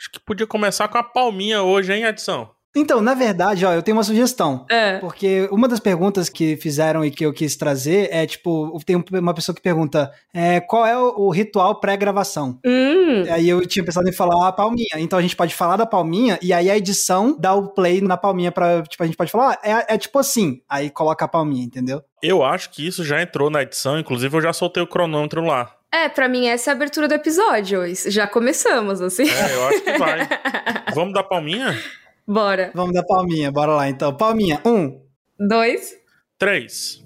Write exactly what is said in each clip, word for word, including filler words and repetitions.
Acho que podia começar com a palminha hoje, hein, Edição? Então, na verdade, ó, eu tenho uma sugestão. É. Porque uma das perguntas que fizeram e que eu quis trazer é, tipo, tem uma pessoa que pergunta é, qual é o, o ritual pré-gravação? Hum. Aí eu tinha pensado em falar a palminha. Então a gente pode falar da palminha e aí a edição dá o play na palminha pra, tipo, a gente pode falar, ah, é, é tipo assim, aí coloca a palminha, entendeu? Eu acho que isso já entrou na edição, inclusive eu já soltei o cronômetro lá. É, pra mim essa é a abertura do episódio. Já começamos, assim. É, eu acho que vai. Vamos dar palminha? Bora. Vamos dar palminha, bora lá então. Palminha, um. Dois. Três.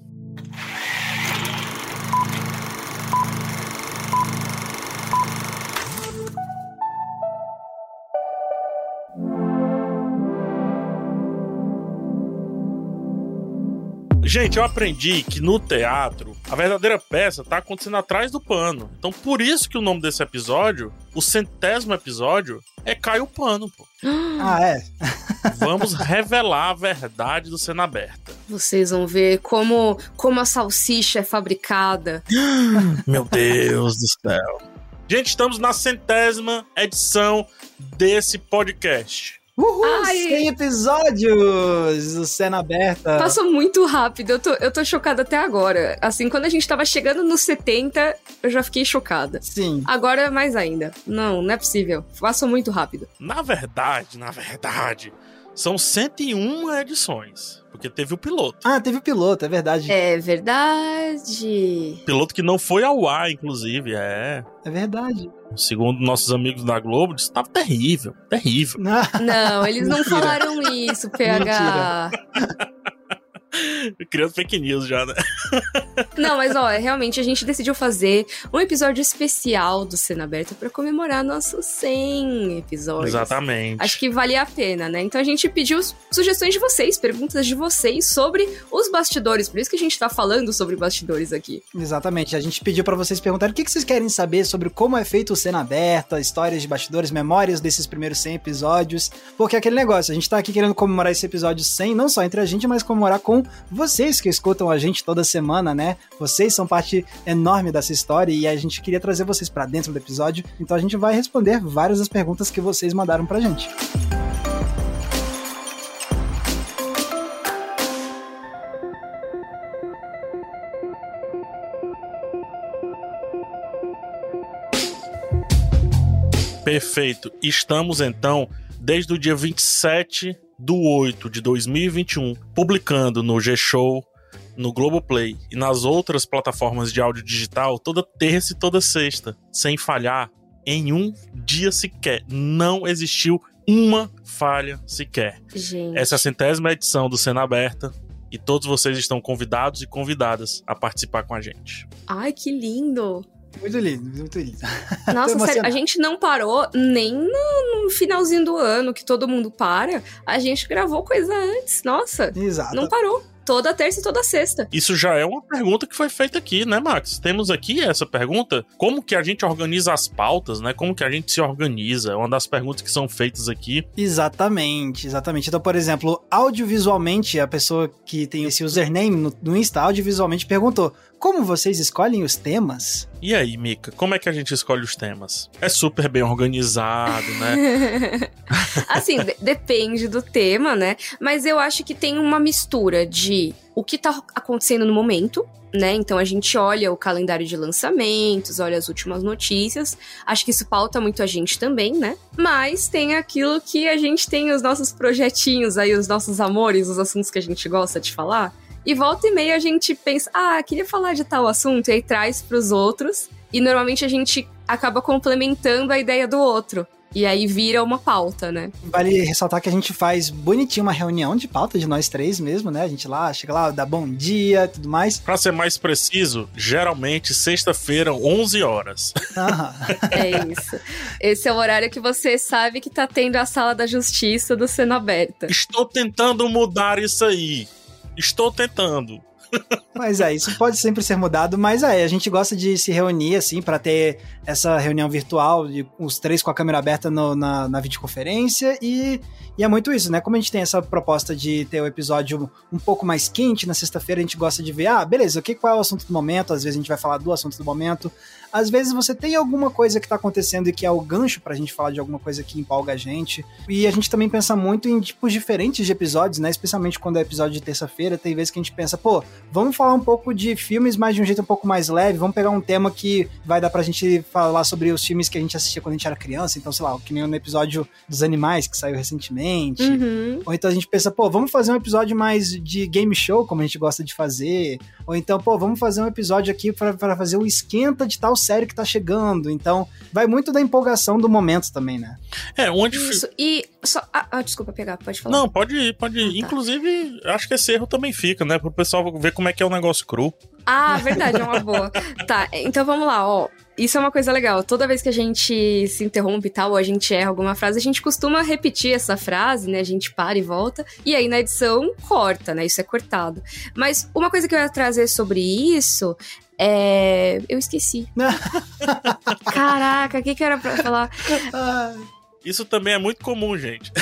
Gente, eu aprendi que no teatro, a verdadeira peça tá acontecendo atrás do pano. Então, por isso que o nome desse episódio, o centésimo episódio, é Cai o Pano, pô. Ah, é? Vamos revelar a verdade do Cena Aberta. Vocês vão ver como, como a salsicha é fabricada. Meu Deus do céu. Gente, estamos na centésima edição desse podcast. Uhul, Ai. cem episódios do Cena Aberta. Passou muito rápido, eu tô, eu tô chocada até agora. Assim, quando a gente tava chegando nos setenta, eu já fiquei chocada. Sim. Agora, mais ainda. Não, não é possível. Passou muito rápido. Na verdade, na verdade, são cento e uma edições. Porque teve o piloto. Ah, teve o piloto, é verdade. É verdade. Piloto que não foi ao ar, inclusive, é. É verdade. Segundo nossos amigos da Globo, isso tava terrível, terrível. Não, eles não Mentira. falaram isso, P H. Criando fake news já, né? Não, mas ó, realmente a gente decidiu fazer um episódio especial do Cena Aberta pra comemorar nossos cem episódios. Exatamente. Acho que valia a pena, né? Então a gente pediu sugestões de vocês, perguntas de vocês sobre os bastidores. Por isso que a gente tá falando sobre bastidores aqui. Exatamente. A gente pediu pra vocês perguntarem o que vocês querem saber sobre como é feito o Cena Aberta, histórias de bastidores, memórias desses primeiros cem episódios. Porque é aquele negócio, a gente tá aqui querendo comemorar esse episódio cem, não só entre a gente, mas comemorar com vocês que escutam a gente toda semana, né? Vocês são parte enorme dessa história e a gente queria trazer vocês pra dentro do episódio. Então a gente vai responder várias das perguntas que vocês mandaram pra gente. Perfeito. Estamos, então, desde o dia vinte e sete do oito de dois mil e vinte e um, publicando no G-Show, no Globoplay e nas outras plataformas de áudio digital toda terça e toda sexta, sem falhar em um dia sequer. Não existiu uma falha sequer. Gente. Essa é a centésima edição do Cena Aberta e todos vocês estão convidados e convidadas a participar com a gente. Ai, que lindo. Muito lindo, muito lindo. Nossa, Tô sério, a emocionado. gente não parou nem no, no finalzinho do ano, que todo mundo para. A gente gravou coisa antes, nossa. Exato. Não parou. Toda terça e toda sexta. Isso já é uma pergunta que foi feita aqui, né, Max? Temos aqui essa pergunta, como que a gente organiza as pautas, né? Como que a gente se organiza? É uma das perguntas que são feitas aqui. Exatamente, exatamente. Então, por exemplo, audiovisualmente, a pessoa que tem esse username no, no Insta, audiovisualmente perguntou, como vocês escolhem os temas? E aí, Mika, como é que a gente escolhe os temas? É super bem organizado, né? Assim, de- depende do tema, né? Mas eu acho que tem uma mistura de o que tá acontecendo no momento, né? Então a gente olha o calendário de lançamentos, olha as últimas notícias. Acho que isso pauta muito a gente também, né? Mas tem aquilo que a gente tem os nossos projetinhos aí, os nossos amores, os assuntos que a gente gosta de falar. E volta e meia a gente pensa, ah, queria falar de tal assunto, e aí traz pros outros. E normalmente a gente acaba complementando a ideia do outro. E aí vira uma pauta, né? Vale ressaltar que a gente faz bonitinho uma reunião de pauta de nós três mesmo, né? A gente lá, chega lá, dá bom dia, tudo mais. Pra ser mais preciso, geralmente sexta-feira, onze horas. Aham. É isso. Esse é o horário que você sabe que tá tendo a sala da justiça do Cena Aberta. Estou tentando mudar isso aí. Estou tentando. Mas é, isso pode sempre ser mudado, mas é, a gente gosta de se reunir, assim, pra ter essa reunião virtual, de os três com a câmera aberta no, na, na videoconferência, e, e é muito isso, né? Como a gente tem essa proposta de ter o episódio um pouco mais quente, na sexta-feira a gente gosta de ver, ah, beleza, o que, qual é o assunto do momento, às vezes a gente vai falar do assunto do momento, às vezes você tem alguma coisa que tá acontecendo e que é o gancho pra gente falar de alguma coisa que empolga a gente, e a gente também pensa muito em tipos diferentes de episódios, né? Especialmente quando é episódio de terça-feira, tem vezes que a gente pensa, pô, vamos falar um pouco de filmes, mas de um jeito um pouco mais leve, vamos pegar um tema que vai dar pra gente falar sobre os filmes que a gente assistia quando a gente era criança, então, sei lá, que nem no episódio dos animais, que saiu recentemente, Uhum. ou então a gente pensa, pô, vamos fazer um episódio mais de game show, como a gente gosta de fazer, ou então, pô, vamos fazer um episódio aqui pra, pra fazer o esquenta de tal série que tá chegando, então vai muito da empolgação do momento também, né? É, onde... Isso, e só... Ah, ah, desculpa pegar, pode falar. Não, pode ir, pode ir. Ah, tá. Inclusive, acho que esse erro também fica, né? Pro pessoal ver como é que é o negócio cru. Ah, verdade, é uma boa. Tá, então vamos lá, ó. Isso é uma coisa legal. Toda vez que a gente se interrompe e tal, ou a gente erra alguma frase, a gente costuma repetir essa frase, né? A gente para e volta. E aí, na edição, corta, né? Isso é cortado. Mas uma coisa que eu ia trazer sobre isso é... Eu esqueci. Caraca, o que que era pra falar? Isso também é muito comum, gente.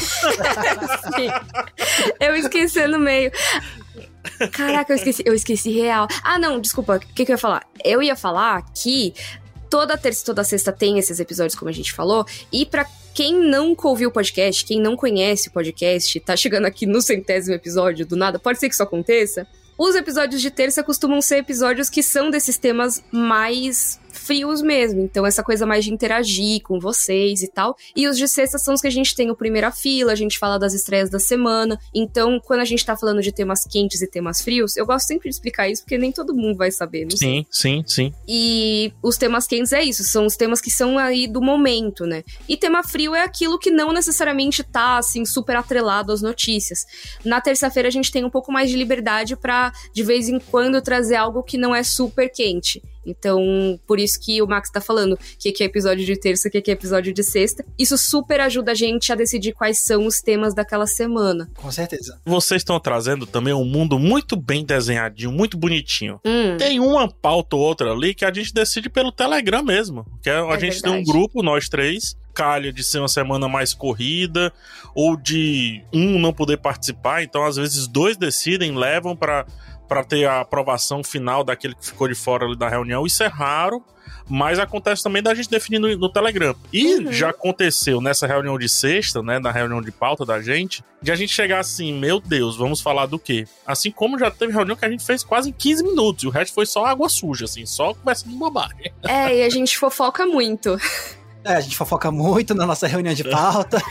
Sim. Eu esqueci no meio. Caraca, eu esqueci, eu esqueci real. Ah, não, desculpa, o que, que eu ia falar? Eu ia falar que toda terça e toda sexta tem esses episódios, como a gente falou, e pra quem nunca ouviu o podcast, quem não conhece o podcast, tá chegando aqui no centésimo episódio do nada, pode ser que isso aconteça. Os episódios de terça costumam ser episódios que são desses temas mais frios mesmo, então essa coisa mais de interagir com vocês e tal, e os de sexta são os que a gente tem o Primeira Fila, a gente fala das estreias da semana, então quando a gente tá falando de temas quentes e temas frios, eu gosto sempre de explicar isso, porque nem todo mundo vai saber, não sei. Sim, sim, sim. E os temas quentes é isso, são os temas que são aí do momento, né? E tema frio é aquilo que não necessariamente tá, assim, super atrelado às notícias. Na terça-feira a gente tem um pouco mais de liberdade pra, de vez em quando, trazer algo que não é super quente. Então, por isso que o Max tá falando o que, que é episódio de terça, o que, que é episódio de sexta. Isso super ajuda a gente a decidir quais são os temas daquela semana. Com certeza. Vocês estão trazendo também um mundo muito bem desenhadinho, muito bonitinho. Hum. Tem uma pauta ou outra ali que a gente decide pelo Telegram mesmo. Que é, a É gente verdade. tem um grupo, nós três, calha de ser uma semana mais corrida, ou de um não poder participar, então às vezes dois decidem, levam pra... para ter a aprovação final daquele que ficou de fora ali da reunião. Isso é raro, mas acontece também da gente definir no, no Telegram. E Uhum. já aconteceu nessa reunião de sexta, né, na reunião de pauta da gente, de a gente chegar assim, meu Deus, vamos falar do quê? Assim como já teve reunião que a gente fez quase em quinze minutos, e o resto foi só água suja, assim, só conversa de bobagem. É, e a gente fofoca muito. É, a gente fofoca muito na nossa reunião de pauta.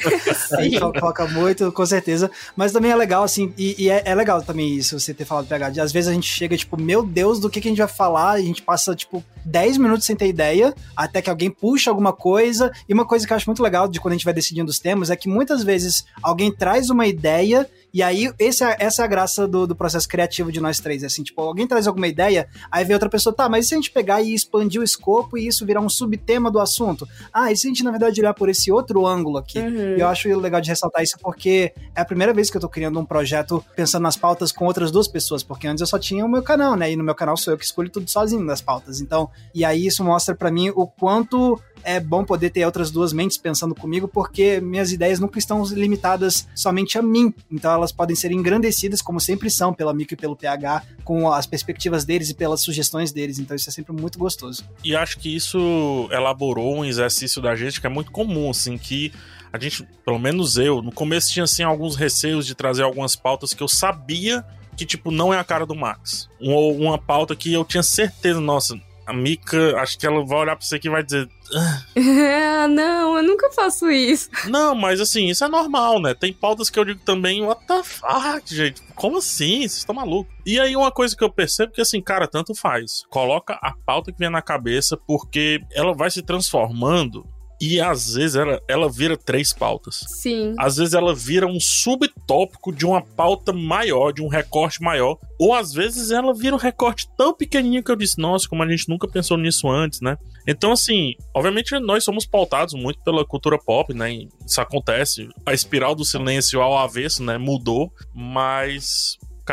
A gente fofoca muito, com certeza. Mas também é legal, assim, e, e é, é legal também isso, você ter falado P H. De, às vezes a gente chega, tipo, meu Deus, do que, que a gente vai falar? A gente passa, tipo, dez minutos sem ter ideia, até que alguém puxa alguma coisa. E uma coisa que eu acho muito legal de quando a gente vai decidindo os temas é que muitas vezes alguém traz uma ideia. E aí, esse é, essa é a graça do, do processo criativo de nós três, assim, tipo, alguém traz alguma ideia, aí vem outra pessoa, tá, mas e se a gente pegar e expandir o escopo e isso virar um subtema do assunto? Ah, e se a gente, na verdade, olhar por esse outro ângulo aqui? Uhum. E eu acho legal de ressaltar isso porque é a primeira vez que eu tô criando um projeto pensando nas pautas com outras duas pessoas, porque antes eu só tinha o meu canal, né, e no meu canal sou eu que escolho tudo sozinho nas pautas, então, e aí isso mostra pra mim o quanto é bom poder ter outras duas mentes pensando comigo, porque minhas ideias nunca estão limitadas somente a mim. Então elas podem ser engrandecidas, como sempre são, pela Mico e pelo P H, com as perspectivas deles e pelas sugestões deles. Então isso é sempre muito gostoso. E acho que isso elaborou um exercício da gente que é muito comum, assim, que a gente, pelo menos eu, no começo tinha, assim, alguns receios de trazer algumas pautas que eu sabia que, tipo, não é a cara do Max. Ou uma pauta que eu tinha certeza, nossa, a Mika, acho que ela vai olhar pra você aqui e vai dizer... Ah, não, eu nunca faço isso. Não, mas assim, isso é normal, né? Tem pautas que eu digo também, what the fuck, gente? Como assim? Vocês estão malucos? E aí uma coisa que eu percebo que assim, cara, tanto faz. Coloca a pauta que vem na cabeça, porque ela vai se transformando e às vezes ela, ela vira três pautas. Sim. Às vezes ela vira um subtópico de uma pauta maior, de um recorte maior. Ou às vezes ela vira um recorte tão pequenininho que eu disse, nossa, como a gente nunca pensou nisso antes, né? Então, assim, obviamente nós somos pautados muito pela cultura pop, né? Isso acontece. A espiral do silêncio ao avesso, né? Mudou. Mas, cara,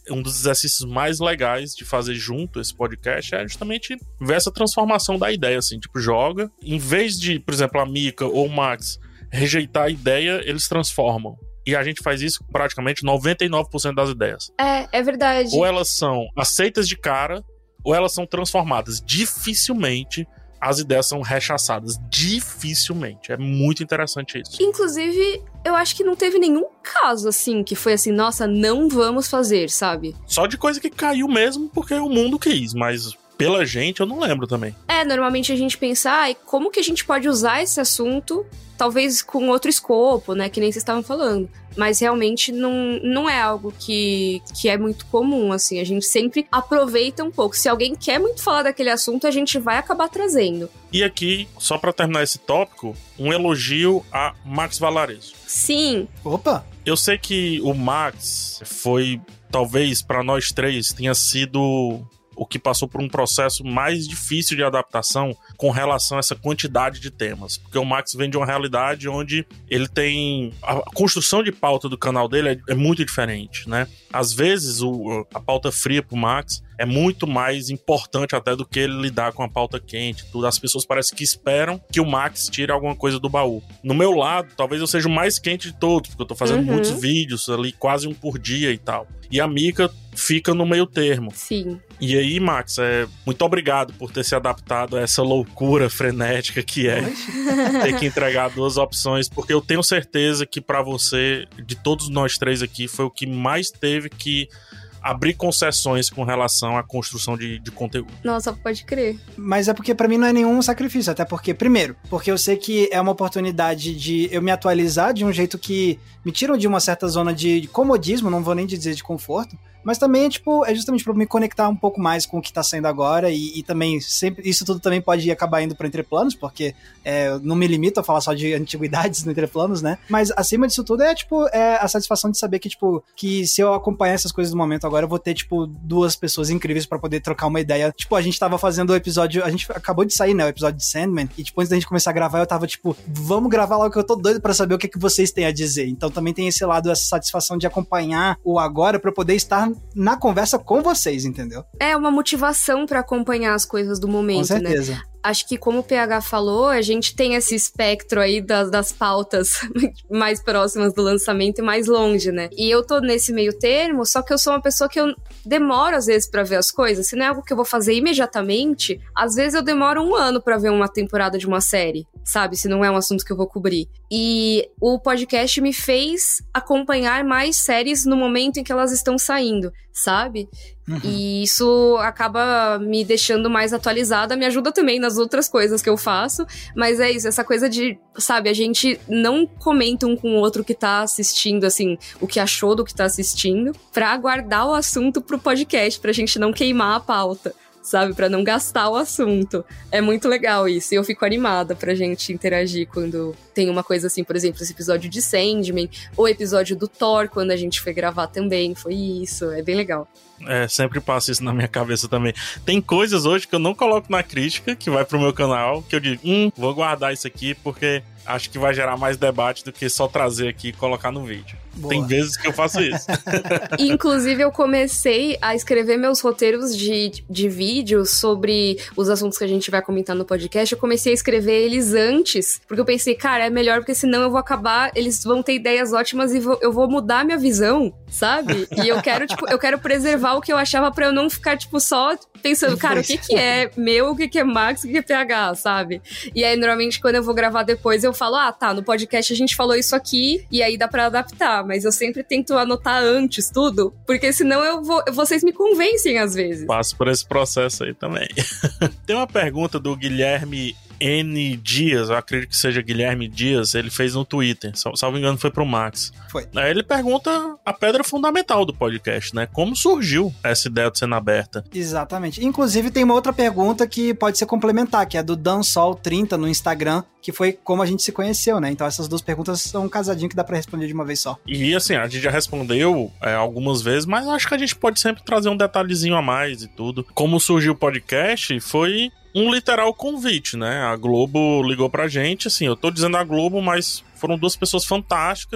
um dos exercícios mais legais de fazer junto esse podcast é justamente ver essa transformação da ideia, assim, tipo, joga, em vez de, por exemplo, a Mika ou o Max rejeitar a ideia, eles transformam. E a gente faz isso com praticamente noventa e nove por cento das ideias. É, é verdade. Ou elas são aceitas de cara, ou elas são transformadas. Dificilmente as ideias são rechaçadas. Dificilmente. É muito interessante isso. Inclusive, eu acho que não teve nenhum caso, assim, que foi assim, nossa, não vamos fazer, sabe? Só de coisa que caiu mesmo porque o mundo quis, mas pela gente eu não lembro também. É, normalmente a gente pensa, ah, como que a gente pode usar esse assunto, talvez com outro escopo, né, que nem vocês estavam falando. Mas realmente não, não é algo que, que é muito comum, assim. A gente sempre aproveita um pouco. Se alguém quer muito falar daquele assunto, a gente vai acabar trazendo. E aqui, só pra terminar esse tópico, um elogio a Max Valarezo. Sim. Opa! Eu sei que o Max foi, talvez, pra nós três, tenha sido o que passou por um processo mais difícil de adaptação com relação a essa quantidade de temas. Porque o Max vem de uma realidade onde ele tem... A construção de pauta do canal dele é, é muito diferente, né? Às vezes, o, a pauta fria pro Max é muito mais importante até do que ele lidar com a pauta quente. Tudo. As pessoas parecem que esperam que o Max tire alguma coisa do baú. No meu lado, talvez eu seja o mais quente de todos, porque eu tô fazendo Uhum. muitos vídeos ali, quase um por dia e tal. E a Mika fica no meio termo. Sim. E aí, Max, é, muito obrigado por ter se adaptado a essa loucura frenética que é ter que entregar duas opções, porque eu tenho certeza que pra você, de todos nós três aqui, foi o que mais teve que abrir concessões com relação à construção de, de conteúdo. Nossa, pode crer. Mas é porque pra mim não é nenhum sacrifício, até porque, primeiro, porque eu sei que é uma oportunidade de eu me atualizar de um jeito que me tira de uma certa zona de comodismo, não vou nem dizer de conforto, mas também é, tipo, é justamente pra me conectar um pouco mais com o que tá saindo agora e, e também, sempre, isso tudo também pode acabar indo pro Entreplanos, porque é, eu não me limito a falar só de antiguidades no Entreplanos, né? Mas acima disso tudo é, tipo, é a satisfação de saber que, tipo, que se eu acompanhar essas coisas do momento agora, eu vou ter, tipo, duas pessoas incríveis pra poder trocar uma ideia. Tipo, a gente tava fazendo o episódio, a gente acabou de sair, né, o episódio de Sandman, e, tipo, antes da gente começar a gravar, eu tava, tipo, vamos gravar logo que eu tô doido pra saber o que, que vocês têm a dizer. Então também tem esse lado, essa satisfação de acompanhar o agora pra eu poder estar na conversa com vocês, entendeu? É uma motivação pra acompanhar as coisas do momento, Com certeza. né? Acho que, como o P H falou, a gente tem esse espectro aí das, das pautas mais próximas do lançamento e mais longe, né? E eu tô nesse meio termo, só que eu sou uma pessoa que eu demoro, às vezes, pra ver as coisas. Se não é algo que eu vou fazer imediatamente, às vezes eu demoro um ano pra ver uma temporada de uma série, sabe? Se não é um assunto que eu vou cobrir. E o podcast me fez acompanhar mais séries no momento em que elas estão saindo, sabe? Uhum. E isso acaba me deixando mais atualizada, me ajuda também nas outras coisas que eu faço, mas é isso, essa coisa de, sabe, a gente não comenta um com o outro que tá assistindo, assim, o que achou do que tá assistindo, pra guardar o assunto pro podcast, pra gente não queimar a pauta, sabe, pra não gastar o assunto. É muito legal isso, e eu fico animada pra gente interagir quando tem uma coisa assim, por exemplo, esse episódio de Sandman, ou episódio do Thor, quando a gente foi gravar também, foi isso, é bem legal. É, sempre passa isso na minha cabeça também. Tem coisas hoje que eu não coloco na crítica, que vai pro meu canal, que eu digo, hum, vou guardar isso aqui, porque acho que vai gerar mais debate do que só trazer aqui e colocar no vídeo. Boa. Tem vezes que eu faço isso. Inclusive, eu comecei a escrever meus roteiros de, de vídeo sobre os assuntos que a gente vai comentar no podcast. Eu comecei a escrever eles antes, porque eu pensei, cara, é melhor, porque senão eu vou acabar, eles vão ter ideias ótimas e vou, eu vou mudar minha visão, sabe? E eu quero, tipo, eu quero preservar o que eu achava pra eu não ficar, tipo, só pensando, cara, o que que é meu, o que que é Max, o que que é P H, sabe? E aí, normalmente, quando eu vou gravar depois, eu falo, ah, tá, no podcast a gente falou isso aqui, e aí dá pra adaptar, mas eu sempre tento anotar antes tudo, porque senão eu vou, vocês me convencem às vezes. Passo por esse processo aí também. Tem uma pergunta do Guilherme N. Dias, eu acredito que seja Guilherme Dias, ele fez no Twitter, salvo engano foi pro Max. Foi. Aí ele pergunta a pedra fundamental do podcast, né? Como surgiu essa ideia de Cena Aberta? Exatamente. Inclusive tem uma outra pergunta que pode ser complementar, que é do Dansol trinta no Instagram, que foi como a gente se conheceu, né? Então essas duas perguntas são um casadinho que dá pra responder de uma vez só. E assim, a gente já respondeu é, algumas vezes, mas acho que a gente pode sempre trazer um detalhezinho a mais e tudo. Como surgiu o podcast foi um literal convite, né? A Globo ligou pra gente, assim, eu tô dizendo a Globo, mas foram duas pessoas fantásticas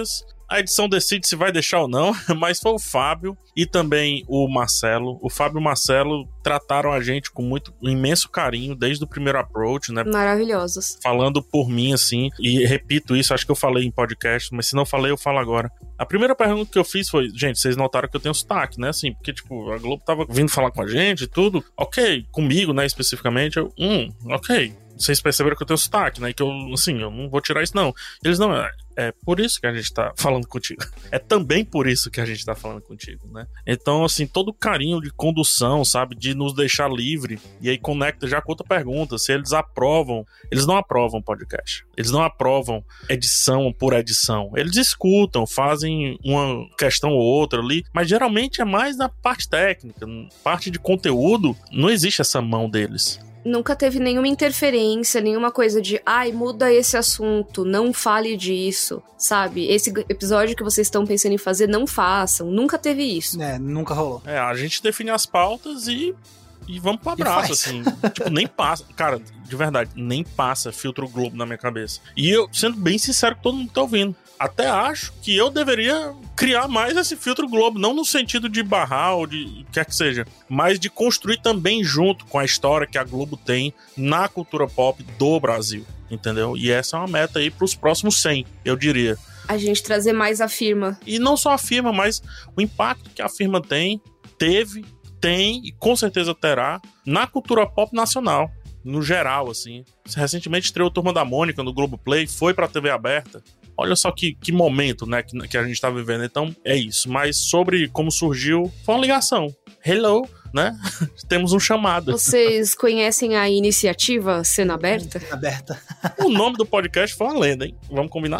A edição decide se vai deixar ou não, mas foi o Fábio e também o Marcelo. O Fábio e o Marcelo trataram a gente com muito um imenso carinho desde o primeiro approach, né? Maravilhosos. Falando por mim, assim, e repito isso, acho que eu falei em podcast, mas se não falei, eu falo agora. A primeira pergunta que eu fiz foi, gente, vocês notaram que eu tenho sotaque, né? Assim, porque, tipo, a Globo tava vindo falar com a gente e tudo. Ok, comigo, né, especificamente. Eu, hum, ok. Vocês perceberam que eu tenho sotaque, né? Que eu, assim, eu não vou tirar isso, não. Eles, não, é, é por isso que a gente tá falando contigo. É também por isso que a gente tá falando contigo, né? Então, assim, todo o carinho de condução, sabe? De nos deixar livre. E aí conecta já com outra pergunta. Se eles aprovam... Eles não aprovam podcast. Eles não aprovam edição por edição. Eles escutam, fazem uma questão ou outra ali. Mas geralmente é mais na parte técnica. Parte de conteúdo, não existe essa mão deles. Nunca teve nenhuma interferência, nenhuma coisa de ai, muda esse assunto, não fale disso, sabe? Esse episódio que vocês estão pensando em fazer, não façam. Nunca teve isso. É, nunca rolou. É, a gente define as pautas e, e vamos pro abraço, assim. Tipo, nem passa. Cara, de verdade, nem passa filtro Globo na minha cabeça. E eu, sendo bem sincero que todo mundo tá ouvindo, até acho que eu deveria criar mais esse filtro Globo, não no sentido de barrar ou de quer que seja, mas de construir também junto com a história que a Globo tem na cultura pop do Brasil, entendeu? E essa é uma meta aí pros próximos cem, eu diria. A gente trazer mais a firma. E não só a firma, mas o impacto que a firma tem, teve, tem e com certeza terá na cultura pop nacional. No geral, assim. Recentemente estreou Turma da Mônica no Globoplay, foi pra T V aberta. Olha só que, que momento, né, que, que a gente tá vivendo. Então, é isso. Mas sobre como surgiu, foi uma ligação. Hello, né? Temos um chamado. Vocês conhecem a iniciativa Cena Aberta? Aberta. O nome do podcast foi uma lenda, hein? Vamos combinar?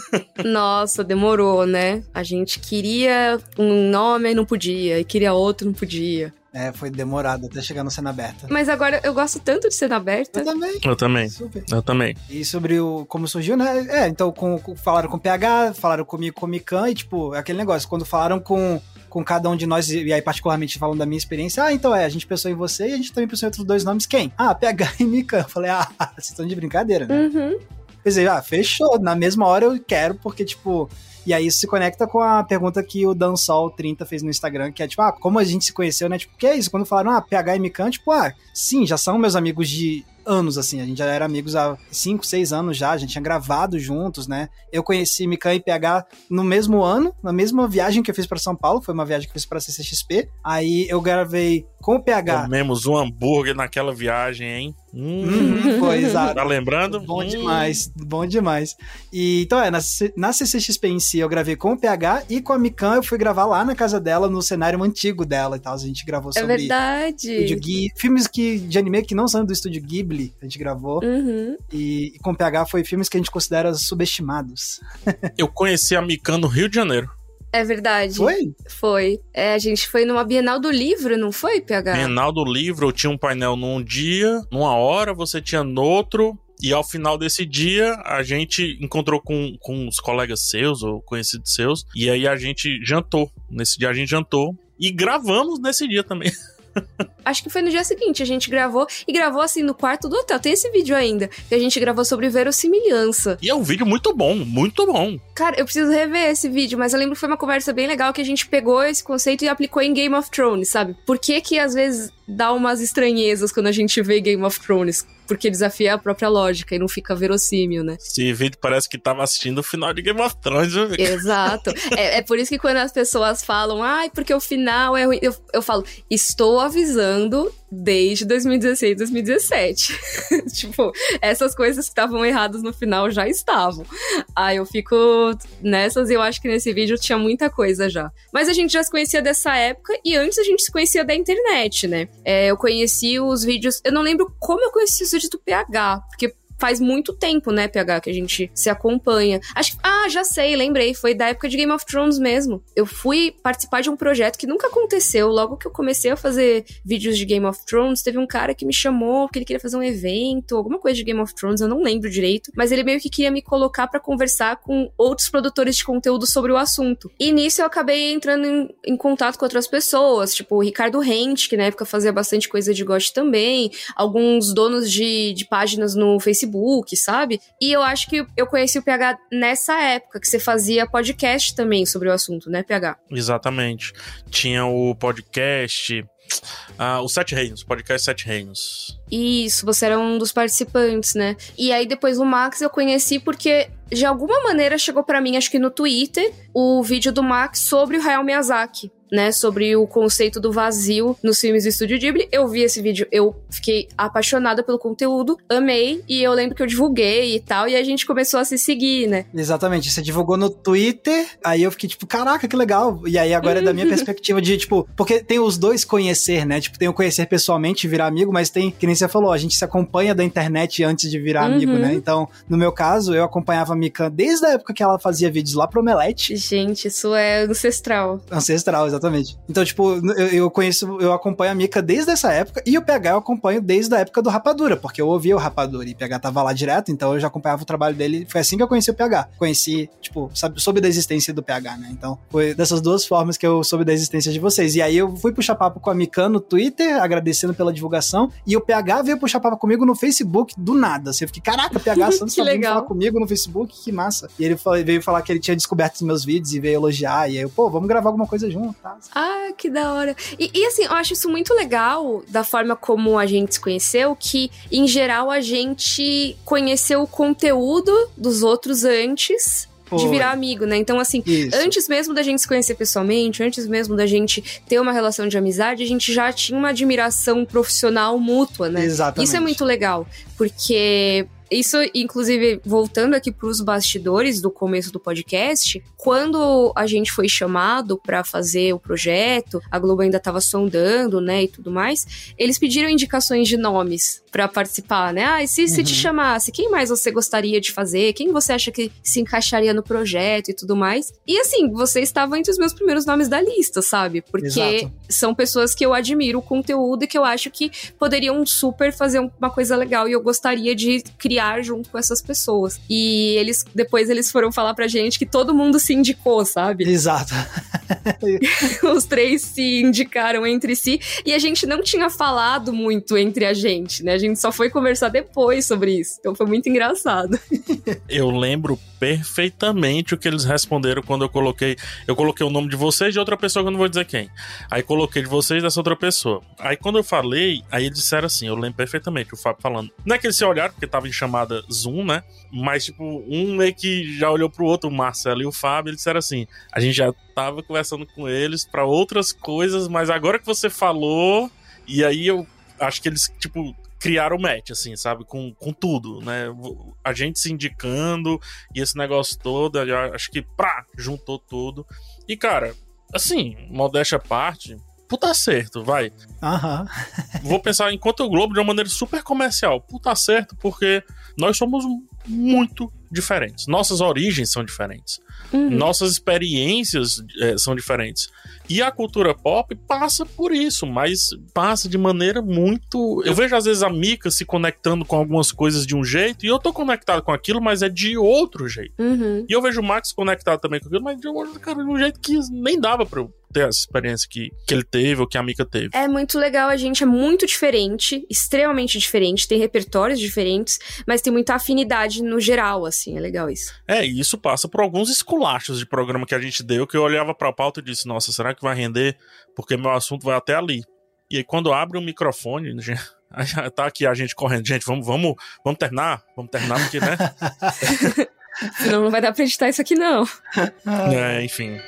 Nossa, demorou, né? A gente queria um nome e não podia, e queria outro não podia. É, foi demorado até chegar no Cena Aberta. Mas agora eu gosto tanto de Cena Aberta. Eu também. Eu também. Super. Eu também. E sobre o como surgiu, né? É, então com, com, falaram com o P H, falaram comigo com o Mikan, e tipo, é aquele negócio, quando falaram com, com cada um de nós, e aí particularmente falando da minha experiência, ah, então é, a gente pensou em você e a gente também pensou em outros dois nomes, quem? Ah, P H e Mikan. Eu falei, ah, vocês estão de brincadeira, né? Uhum. Pensei, ah, fechou, na mesma hora eu quero, porque tipo... E aí isso se conecta com a pergunta que o Dansol trinta fez no Instagram, que é tipo, ah, como a gente se conheceu, né? Tipo, que é isso? Quando falaram, ah, P H e Mikan, tipo, ah, sim, já são meus amigos de anos, assim, a gente já era amigos há cinco, seis anos já, a gente tinha gravado juntos, né? Eu conheci Mikan e P H no mesmo ano, na mesma viagem que eu fiz pra São Paulo, foi uma viagem que eu fiz pra C C X P, aí eu gravei com o P H. Comemos um hambúrguer naquela viagem, hein? Hum. Uhum, foi, exato. Tá lembrando? Bom hum. demais, bom demais. E, então, é, na, na C C X P em si eu gravei com o P H e com a Mikan eu fui gravar lá na casa dela, no cenário antigo dela e tal. A gente gravou sobre... É verdade. Estúdio Ghibli, filmes que, de anime que não são do Estúdio Ghibli, a gente gravou. Uhum. E, e com o P H foi filmes que a gente considera subestimados. Eu conheci a Mikan no Rio de Janeiro. É verdade. Foi? Foi. É, a gente foi numa Bienal do Livro, não foi, P H? Bienal do Livro, eu tinha um painel num dia, numa hora, você tinha no outro, e ao final desse dia, a gente encontrou com, com os colegas seus, ou conhecidos seus, e aí a gente jantou. Nesse dia a gente jantou, e gravamos nesse dia também. Acho que foi no dia seguinte, a gente gravou, e gravou assim no quarto do hotel, tem esse vídeo ainda, que a gente gravou sobre verossimilhança. E é um vídeo muito bom, muito bom. Cara, eu preciso rever esse vídeo, mas eu lembro que foi uma conversa bem legal, que a gente pegou esse conceito e aplicou em Game of Thrones, sabe? Por que que às vezes dá umas estranhezas quando a gente vê Game of Thrones? Porque desafia a própria lógica e não fica verossímil, né? Esse vídeo parece que tava assistindo o final de Game of Thrones. Viu? Exato. É, é por isso que quando as pessoas falam, ai, porque o final é ruim, eu, eu falo, estou avisando desde dois mil e dezesseis, dois mil e dezessete. Tipo, essas coisas que estavam erradas no final já estavam. Aí eu fico nessas e eu acho que nesse vídeo tinha muita coisa já. Mas a gente já se conhecia dessa época e antes a gente se conhecia da internet, né? É, eu conheci os vídeos... Eu não lembro como eu conheci os vídeos do P H, porque... Faz muito tempo, né, P H, que a gente se acompanha. Acho que... Ah, já sei, lembrei. Foi da época de Game of Thrones mesmo. Eu fui participar de um projeto que nunca aconteceu. Logo que eu comecei a fazer vídeos de Game of Thrones, teve um cara que me chamou porque ele queria fazer um evento, alguma coisa de Game of Thrones, eu não lembro direito. Mas ele meio que queria me colocar pra conversar com outros produtores de conteúdo sobre o assunto. E nisso eu acabei entrando em, em contato com outras pessoas, tipo o Ricardo Rente, que na época fazia bastante coisa de G O T também. Alguns donos de, de páginas no Facebook, Facebook, sabe? E eu acho que eu conheci o P H nessa época, que você fazia podcast também sobre o assunto, né, P H? Exatamente. Tinha o podcast... Ah, o Sete Reinos, o podcast Sete Reinos. Isso, você era um dos participantes, né? E aí depois o Max eu conheci porque de alguma maneira chegou pra mim, acho que no Twitter, o vídeo do Max sobre o Hayao Miyazaki, né, sobre o conceito do vazio nos filmes do Estúdio Ghibli. Eu vi esse vídeo, eu fiquei apaixonada pelo conteúdo, amei, e eu lembro que eu divulguei e tal, e a gente começou a se seguir, né? Exatamente, você divulgou no Twitter, aí eu fiquei tipo, caraca, que legal. E aí agora é da minha perspectiva de, tipo, porque tem os dois conhecer, né, tipo, tem o conhecer pessoalmente e virar amigo, mas tem, que nem você falou, a gente se acompanha da internet antes de virar uhum. amigo, né? Então, no meu caso, eu acompanhava a Mika desde a época que ela fazia vídeos lá pro Omelete. Gente, isso é ancestral. Ancestral, exatamente. Exatamente. Então, tipo, eu, eu conheço, eu acompanho a Mika desde essa época, e o P H eu acompanho desde a época do Rapadura, porque eu ouvia o Rapadura e o P H tava lá direto, então eu já acompanhava o trabalho dele. Foi assim que eu conheci o P H. Conheci, tipo, sabe, soube da existência do P H, né? Então, foi dessas duas formas que eu soube da existência de vocês. E aí eu fui puxar papo com a Mika no Twitter, agradecendo pela divulgação, e o P H veio puxar papo comigo no Facebook do nada. Assim, eu fiquei, caraca, P H Santos tá vindo falar comigo no Facebook, que massa. E ele veio falar que ele tinha descoberto os meus vídeos e veio elogiar, e aí eu, pô, vamos gravar alguma coisa junto, tá? Ah, que da hora. E, e assim, eu acho isso muito legal da forma como a gente se conheceu, que em geral a gente conheceu o conteúdo dos outros antes de Foi. virar amigo, né? Então, assim, Isso. antes mesmo da gente se conhecer pessoalmente, antes mesmo da gente ter uma relação de amizade, a gente já tinha uma admiração profissional mútua, né? Exatamente. Isso é muito legal, porque... Isso, inclusive, voltando aqui pros bastidores do começo do podcast, quando a gente foi chamado pra fazer o projeto, a Globo ainda tava sondando, né, e tudo mais, eles pediram indicações de nomes pra participar, né? Ah, e se, se uhum. te chamasse, quem mais você gostaria de fazer? Quem você acha que se encaixaria no projeto e tudo mais? E assim, você estava entre os meus primeiros nomes da lista, sabe? Porque Exato. São pessoas que eu admiro o conteúdo e que eu acho que poderiam super fazer uma coisa legal e eu gostaria de criar junto com essas pessoas. E eles, depois eles foram falar pra gente que todo mundo se indicou, sabe? Exato. Os três se indicaram entre si e a gente não tinha falado muito entre a gente, né? A gente só foi conversar depois sobre isso. Então foi muito engraçado. Eu lembro perfeitamente o que eles responderam quando eu coloquei... Eu coloquei o nome de vocês e de outra pessoa que eu não vou dizer quem. Aí coloquei de vocês e dessa outra pessoa. Aí quando eu falei, aí eles disseram assim, eu lembro perfeitamente o Fábio falando. Não é que eles se olharam, porque tava em chamada Zoom, né? Mas, tipo, um meio que já olhou pro outro, o Marcelo e o Fábio, eles disseram assim, a gente já tava conversando com eles pra outras coisas, mas agora que você falou, e aí eu acho que eles, tipo, criaram o match, assim, sabe? Com, com tudo, né? A gente se indicando e esse negócio todo, eu acho que, pá, juntou tudo. E, cara, assim, modéstia à parte... Puta certo, vai. Aham. Vou pensar enquanto o Globo de uma maneira super comercial. Puta certo, porque nós somos muito diferentes. Nossas origens são diferentes. Uhum. Nossas experiências é, são diferentes. E a cultura pop passa por isso, mas passa de maneira muito... Eu vejo às vezes a Mika se conectando com algumas coisas de um jeito, e eu tô conectado com aquilo, mas é de outro jeito. Uhum. E eu vejo o Max conectado também com aquilo, mas de outro, cara, de um jeito que nem dava pra eu ter essa experiência que, que ele teve ou que a Mika teve. É muito legal, a gente é muito diferente, extremamente diferente, tem repertórios diferentes, mas tem muita afinidade no geral, assim, é legal isso. É, e isso passa por alguns esculachos de programa que a gente deu, que eu olhava pra pauta e disse, nossa, será que vai render? Porque meu assunto vai até ali. E aí quando abre o microfone, já tá aqui a gente correndo, gente, vamos, vamos, vamos terminar? Vamos terminar porque, né? Senão não vai dar pra editar isso aqui, não. É, enfim...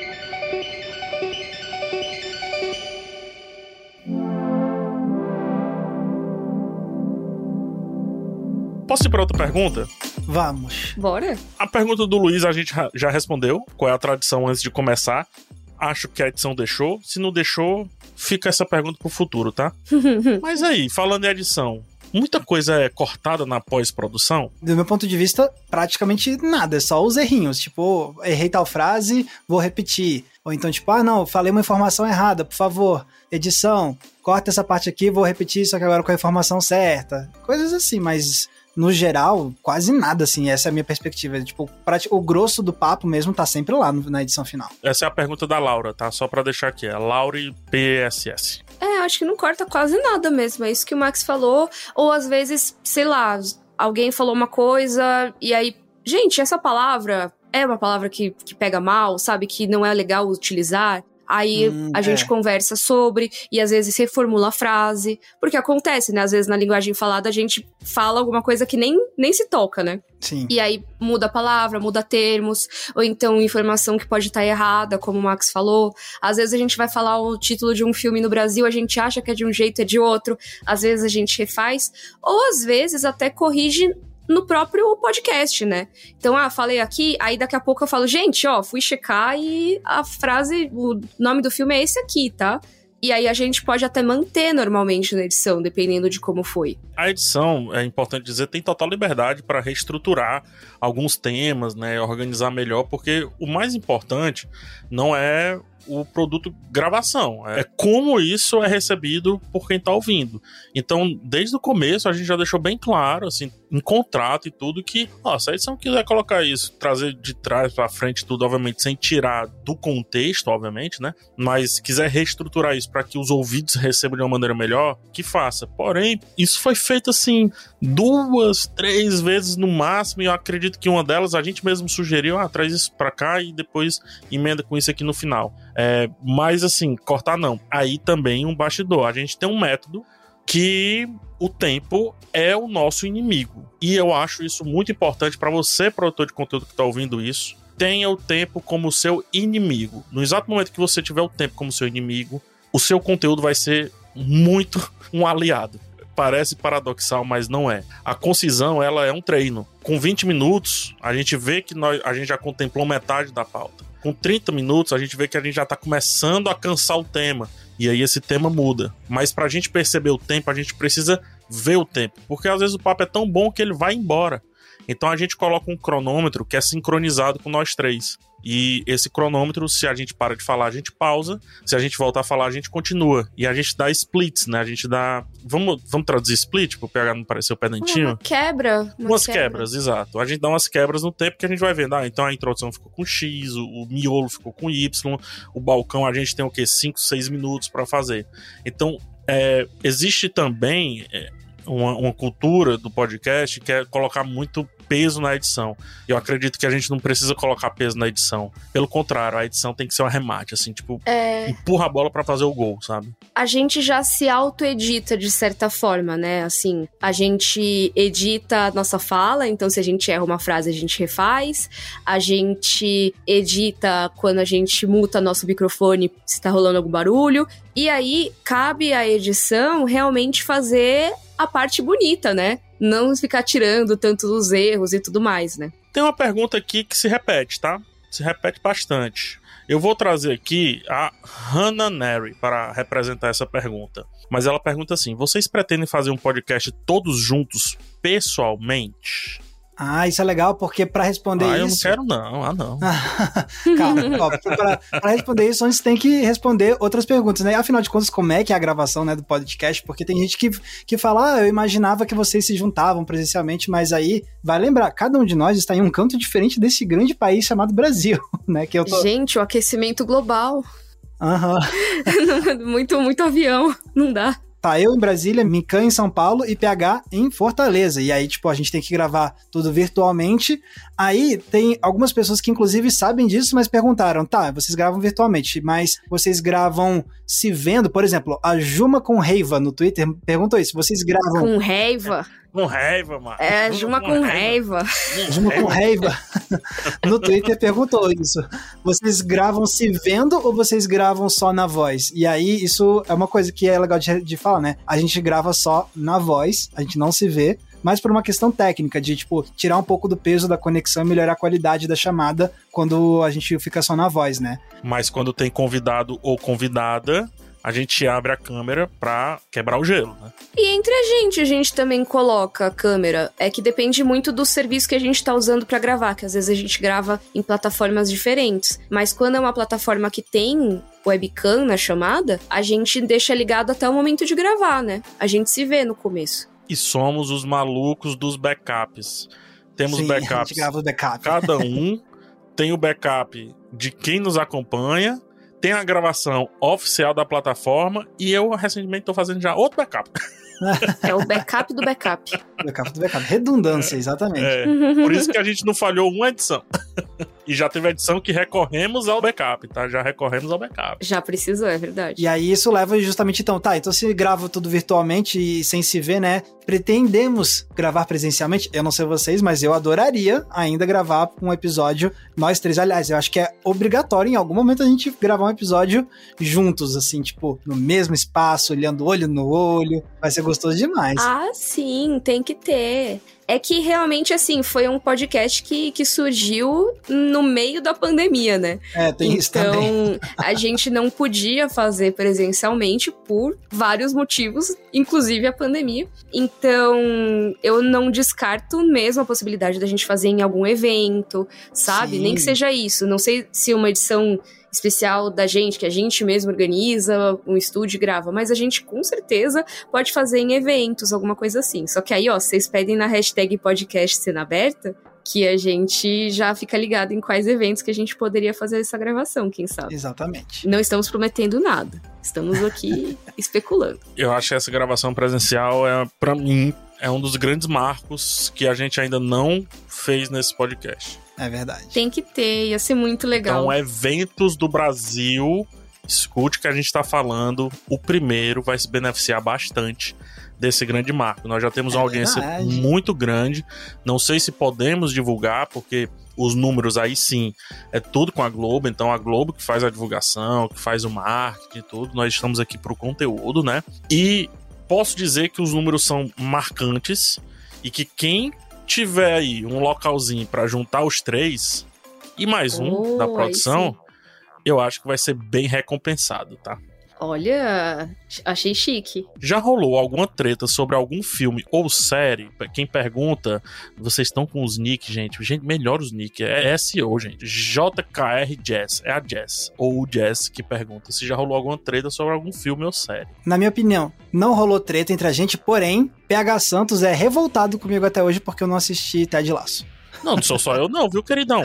Posso ir para outra pergunta? Vamos. Bora. A pergunta do Luiz a gente já respondeu. Qual é a tradição antes de começar? Acho que a edição deixou. Se não deixou, fica essa pergunta pro futuro, tá? Mas aí, falando em edição, muita coisa é cortada na pós-produção? Do meu ponto de vista, praticamente nada. É só os errinhos. Tipo, errei tal frase, vou repetir. Ou então, tipo, ah, não, falei uma informação errada, por favor. Edição, corta essa parte aqui, vou repetir, só que agora com a informação certa. Coisas assim, mas... No geral, quase nada, assim, essa é a minha perspectiva. Tipo, o grosso do papo mesmo tá sempre lá no, na edição final. Essa é a pergunta da Laura, tá? Só pra deixar aqui, é Laure P S S. É, acho que não corta quase nada mesmo, é isso que o Max falou. Ou às vezes, sei lá, alguém falou uma coisa e aí, gente, essa palavra é uma palavra que, que pega mal, sabe? Que não é legal utilizar. Aí hum, a gente é. conversa sobre e às vezes reformula a frase. Porque acontece, né? Às vezes na linguagem falada a gente fala alguma coisa que nem, nem se toca, né? Sim. E aí muda a palavra, muda termos, ou então informação que pode estar errada, como o Max falou. Às vezes a gente vai falar o título de um filme no Brasil, a gente acha que é de um jeito, é de outro. Às vezes a gente refaz, ou às vezes até corrige no próprio podcast, né? Então, ah, falei aqui, aí daqui a pouco eu falo, gente, ó, fui checar e a frase, o nome do filme é esse aqui, tá? E aí a gente pode até manter normalmente na edição, dependendo de como foi. A edição, é importante dizer, tem total liberdade para reestruturar alguns temas, né, organizar melhor, porque o mais importante não é o produto gravação, é como isso é recebido por quem tá ouvindo. Então, desde o começo, a gente já deixou bem claro, assim, em contrato e tudo, que, ó, se a edição quiser colocar isso, trazer de trás pra frente tudo, obviamente, sem tirar do contexto, obviamente, né, mas quiser reestruturar isso para que os ouvidos recebam de uma maneira melhor, que faça. Porém, isso foi feito, assim, duas, três vezes no máximo, e eu acredito que uma delas a gente mesmo sugeriu, ah, traz isso pra cá e depois emenda com isso aqui no final. É, mas assim, cortar não. Aí também um bastidor. A gente tem um método que o tempo é o nosso inimigo. E eu acho isso muito importante para você, produtor de conteúdo que está ouvindo isso. Tenha o tempo como seu inimigo. No exato momento que você tiver o tempo como seu inimigo, o seu conteúdo vai ser muito um aliado. Parece paradoxal, mas não é. A concisão, ela é um treino. Com vinte minutos, a gente vê que nós, a gente já contemplou metade da pauta. Com trinta minutos, a gente vê que a gente já tá começando a cansar o tema. E aí esse tema muda. Mas pra gente perceber o tempo, a gente precisa ver o tempo. Porque às vezes o papo é tão bom que ele vai embora. Então a gente coloca um cronômetro que é sincronizado com nós três. E esse cronômetro, se a gente para de falar, a gente pausa. Se a gente voltar a falar, a gente continua. E a gente dá splits, né? A gente dá... Vamos, vamos traduzir split, pro P H não parecer o pedantinho? Uma quebra. Uma umas quebra. quebras, exato. A gente dá umas quebras no tempo que a gente vai vendo. Ah, então a introdução ficou com X, o, o miolo ficou com Y, o balcão a gente tem o quê? cinco, seis minutos pra fazer. Então, é, existe também... É, Uma, uma cultura do podcast que é colocar muito peso na edição. Eu acredito que a gente não precisa colocar peso na edição. Pelo contrário, a edição tem que ser um arremate, assim, tipo, é... empurra a bola pra fazer o gol, sabe? A gente já se auto-edita de certa forma, né? Assim, a gente edita a nossa fala, então se a gente erra uma frase, a gente refaz. A gente edita quando a gente muta nosso microfone, se tá rolando algum barulho. E aí, cabe à edição realmente fazer a parte bonita, né? Não ficar tirando tanto dos erros e tudo mais, né? Tem uma pergunta aqui que se repete, tá? Se repete bastante. Eu vou trazer aqui a Hannah Neri para representar essa pergunta. Mas ela pergunta assim: vocês pretendem fazer um podcast todos juntos, pessoalmente? Ah, isso é legal, porque pra responder ah, isso... Ah, eu não quero não, ah não. Calma, ó, pra, pra responder isso, antes tem que responder outras perguntas, né? Afinal de contas, como é que é a gravação, né, do podcast? Porque tem gente que, que fala, ah, eu imaginava que vocês se juntavam presencialmente, mas aí, vai lembrar, cada um de nós está em um canto diferente desse grande país chamado Brasil, né? Que eu tô... Gente, o aquecimento global. Aham. Uhum. muito, muito avião, não dá. Tá, eu em Brasília, Mikan em São Paulo e P H em Fortaleza. E aí, tipo, a gente tem que gravar tudo virtualmente. Aí tem algumas pessoas que inclusive sabem disso, mas perguntaram, tá, vocês gravam virtualmente, mas vocês gravam se vendo? Por exemplo, a Juma com Reiva no Twitter perguntou isso, vocês gravam... Com Reiva? Com raiva, mano. É, Juma com, com raiva. Juma com raiva. No Twitter perguntou isso. Vocês gravam se vendo ou vocês gravam só na voz? E aí, isso é uma coisa que é legal de, de falar, né? A gente grava só na voz, a gente não se vê, mas por uma questão técnica, de, tipo, tirar um pouco do peso da conexão e melhorar a qualidade da chamada quando a gente fica só na voz, né? Mas quando tem convidado ou convidada, a gente abre a câmera pra quebrar o gelo, né? E entre a gente, a gente também coloca a câmera. É que depende muito do serviço que a gente tá usando pra gravar, que às vezes a gente grava em plataformas diferentes. Mas quando é uma plataforma que tem webcam na chamada, a gente deixa ligado até o momento de gravar, né? A gente se vê no começo. E somos os malucos dos backups. Temos Sim, backups. A gente grava o backup. Cada um tem o backup de quem nos acompanha, tem a gravação oficial da plataforma e eu recentemente tô fazendo já outro backup. É o backup do backup. Backup do backup. Redundância, exatamente. É, por isso que a gente não falhou uma edição. E já teve edição que recorremos ao backup, tá? Já recorremos ao backup. Já precisou, é verdade. E aí isso leva justamente, então, tá, então se grava tudo virtualmente e sem se ver, né? Pretendemos gravar presencialmente? Eu não sei vocês, mas eu adoraria ainda gravar um episódio, nós três. Aliás, eu acho que é obrigatório em algum momento a gente gravar um episódio juntos, assim, tipo, no mesmo espaço, olhando olho no olho. Vai ser gostoso demais. Ah, sim, tem que ter. É que realmente, assim, foi um podcast que, que surgiu no meio da pandemia, né? É, tem então, isso também. Então, a gente não podia fazer presencialmente por vários motivos, inclusive a pandemia. Então, eu não descarto mesmo a possibilidade da gente fazer em algum evento, sabe? Sim. Nem que seja isso. Não sei se uma edição especial da gente, que a gente mesmo organiza, um estúdio e grava, mas a gente com certeza pode fazer em eventos, alguma coisa assim. Só que aí, ó, vocês pedem na hashtag podcast Cena Aberta, que a gente já fica ligado em quais eventos que a gente poderia fazer essa gravação, quem sabe. Exatamente. Não estamos prometendo nada, estamos aqui especulando. Eu acho que essa gravação presencial, é, pra mim, é um dos grandes marcos que a gente ainda não fez nesse podcast. É verdade. Tem que ter, ia ser muito legal. Então, eventos do Brasil, escute o que a gente tá falando, o primeiro vai se beneficiar bastante desse grande marco. Nós já temos É uma audiência verdade. muito grande, não sei se podemos divulgar, porque os números aí sim, é tudo com a Globo, então a Globo que faz a divulgação, que faz o marketing e tudo, nós estamos aqui pro conteúdo, né? E posso dizer que os números são marcantes e que quem tiver aí um localzinho pra juntar os três e mais um Oh, da aí produção, sim. eu acho que vai ser bem recompensado, tá? Olha, achei chique. Já rolou alguma treta sobre algum filme ou série? Quem pergunta, vocês estão com os nick, gente. Gente, melhor os nick. É S E O, gente. J K R Jazz. É a Jazz. Ou o Jazz que pergunta se já rolou alguma treta sobre algum filme ou série. Na minha opinião, não rolou treta entre a gente, porém, P H Santos é revoltado comigo até hoje porque eu não assisti Ted Lasso. Não, não sou só eu não, viu, queridão?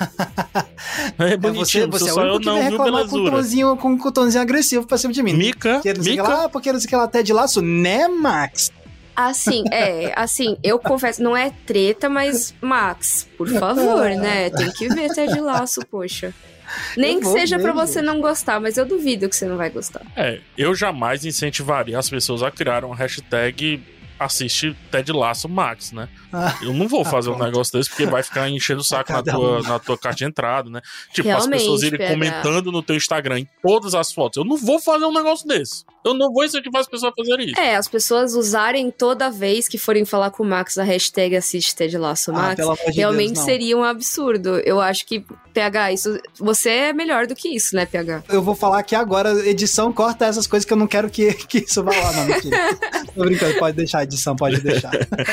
É bonitinho, você, você não é sou o eu único que não, vem viu, reclamar com um, belezura? tonzinho, com um tonzinho agressivo pra cima de mim. Mica, Que não sei o que Mica. lá, porque não sei o que lá, Ted Lasso, né, Max? Assim, é, assim, eu confesso, não é treta, mas, Max, por favor, né? Tem que ver Ted Lasso, poxa. Nem Eu que vou seja ver, pra você gente. não gostar, mas eu duvido que você não vai gostar. É, eu jamais incentivaria as pessoas a criar uma hashtag assiste Ted Lasso Max, né? Ah, Eu não vou fazer um pronto. negócio desse porque vai ficar enchendo o saco na Cada tua, um. na tua caixa de entrada, né? Tipo, Realmente, as pessoas irem P H. comentando no teu Instagram em todas as fotos. Eu não vou fazer um negócio desse. Eu não vou incentivar as pessoas a fazerem isso. É, as pessoas usarem toda vez que forem falar com o Max a hashtag assiste Ted Lasso Ah, Max, pelo amor de realmente Deus, não. seria um absurdo. Eu acho que, P H, isso, você é melhor do que isso, né, P H? Eu vou falar aqui agora, edição, corta essas coisas que eu não quero que, que isso vá lá, não, mentira. Tô brincando, pode deixar, edição, pode deixar.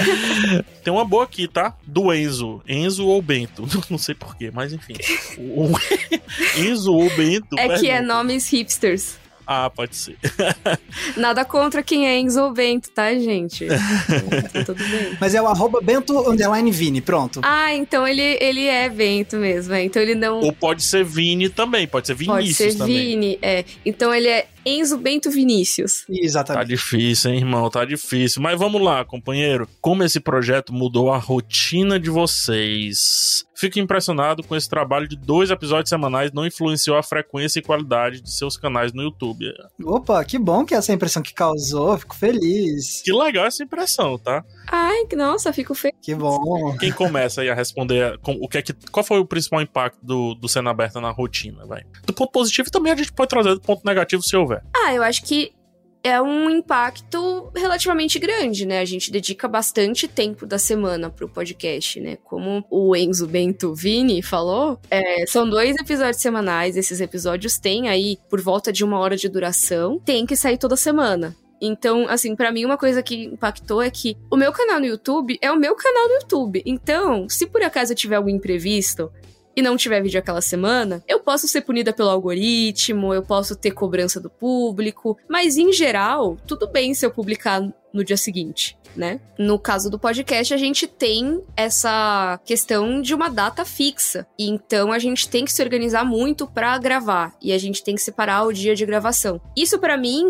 Tem uma boa aqui, tá? Do Enzo. Enzo ou Bento. Não sei porquê, mas enfim. O, o Enzo ou Bento. É que é pergunta. nomes hipsters. Ah, pode ser. Nada contra quem é Enzo ou Bento, tá, gente? Tá tudo bem. Mas é o arroba Bento underline Vini, pronto. Ah, então ele, ele é Bento mesmo, é. Então ele não... Ou pode ser Vini também, pode ser Pode Vinícius ser também. Vini, é. Então ele é Enzo Bento Vinícius. Tá Exatamente. difícil, hein, irmão? Tá difícil. Mas vamos lá, companheiro. Como esse projeto mudou a rotina de vocês? Fico impressionado com esse trabalho de dois episódios semanais não influenciou a frequência e qualidade de seus canais no YouTube. Opa, que bom que essa impressão que causou, fico feliz. Que legal essa impressão, tá? Ai, nossa, fico feliz. Que bom. Quem começa aí a responder com o que é que, qual foi o principal impacto do, do Cena Aberta na rotina, vai? Do ponto positivo também a gente pode trazer do ponto negativo se houver. Ah, eu acho que é um impacto relativamente grande, né? A gente dedica bastante tempo da semana pro podcast, né? Como o Enzo Bento Vini falou, é, são dois episódios semanais. Esses episódios têm aí por volta de uma hora de duração. Tem que sair toda semana. Então, assim, pra mim uma coisa que impactou é que o meu canal no YouTube é o meu canal no YouTube. Então, se por acaso eu tiver algum imprevisto e não tiver vídeo aquela semana, eu posso ser punida pelo algoritmo, eu posso ter cobrança do público, mas em geral, tudo bem se eu publicar no dia seguinte, né? No caso do podcast, a gente tem essa questão de uma data fixa, e então a gente tem que se organizar muito pra gravar, e a gente tem que separar o dia de gravação. Isso pra mim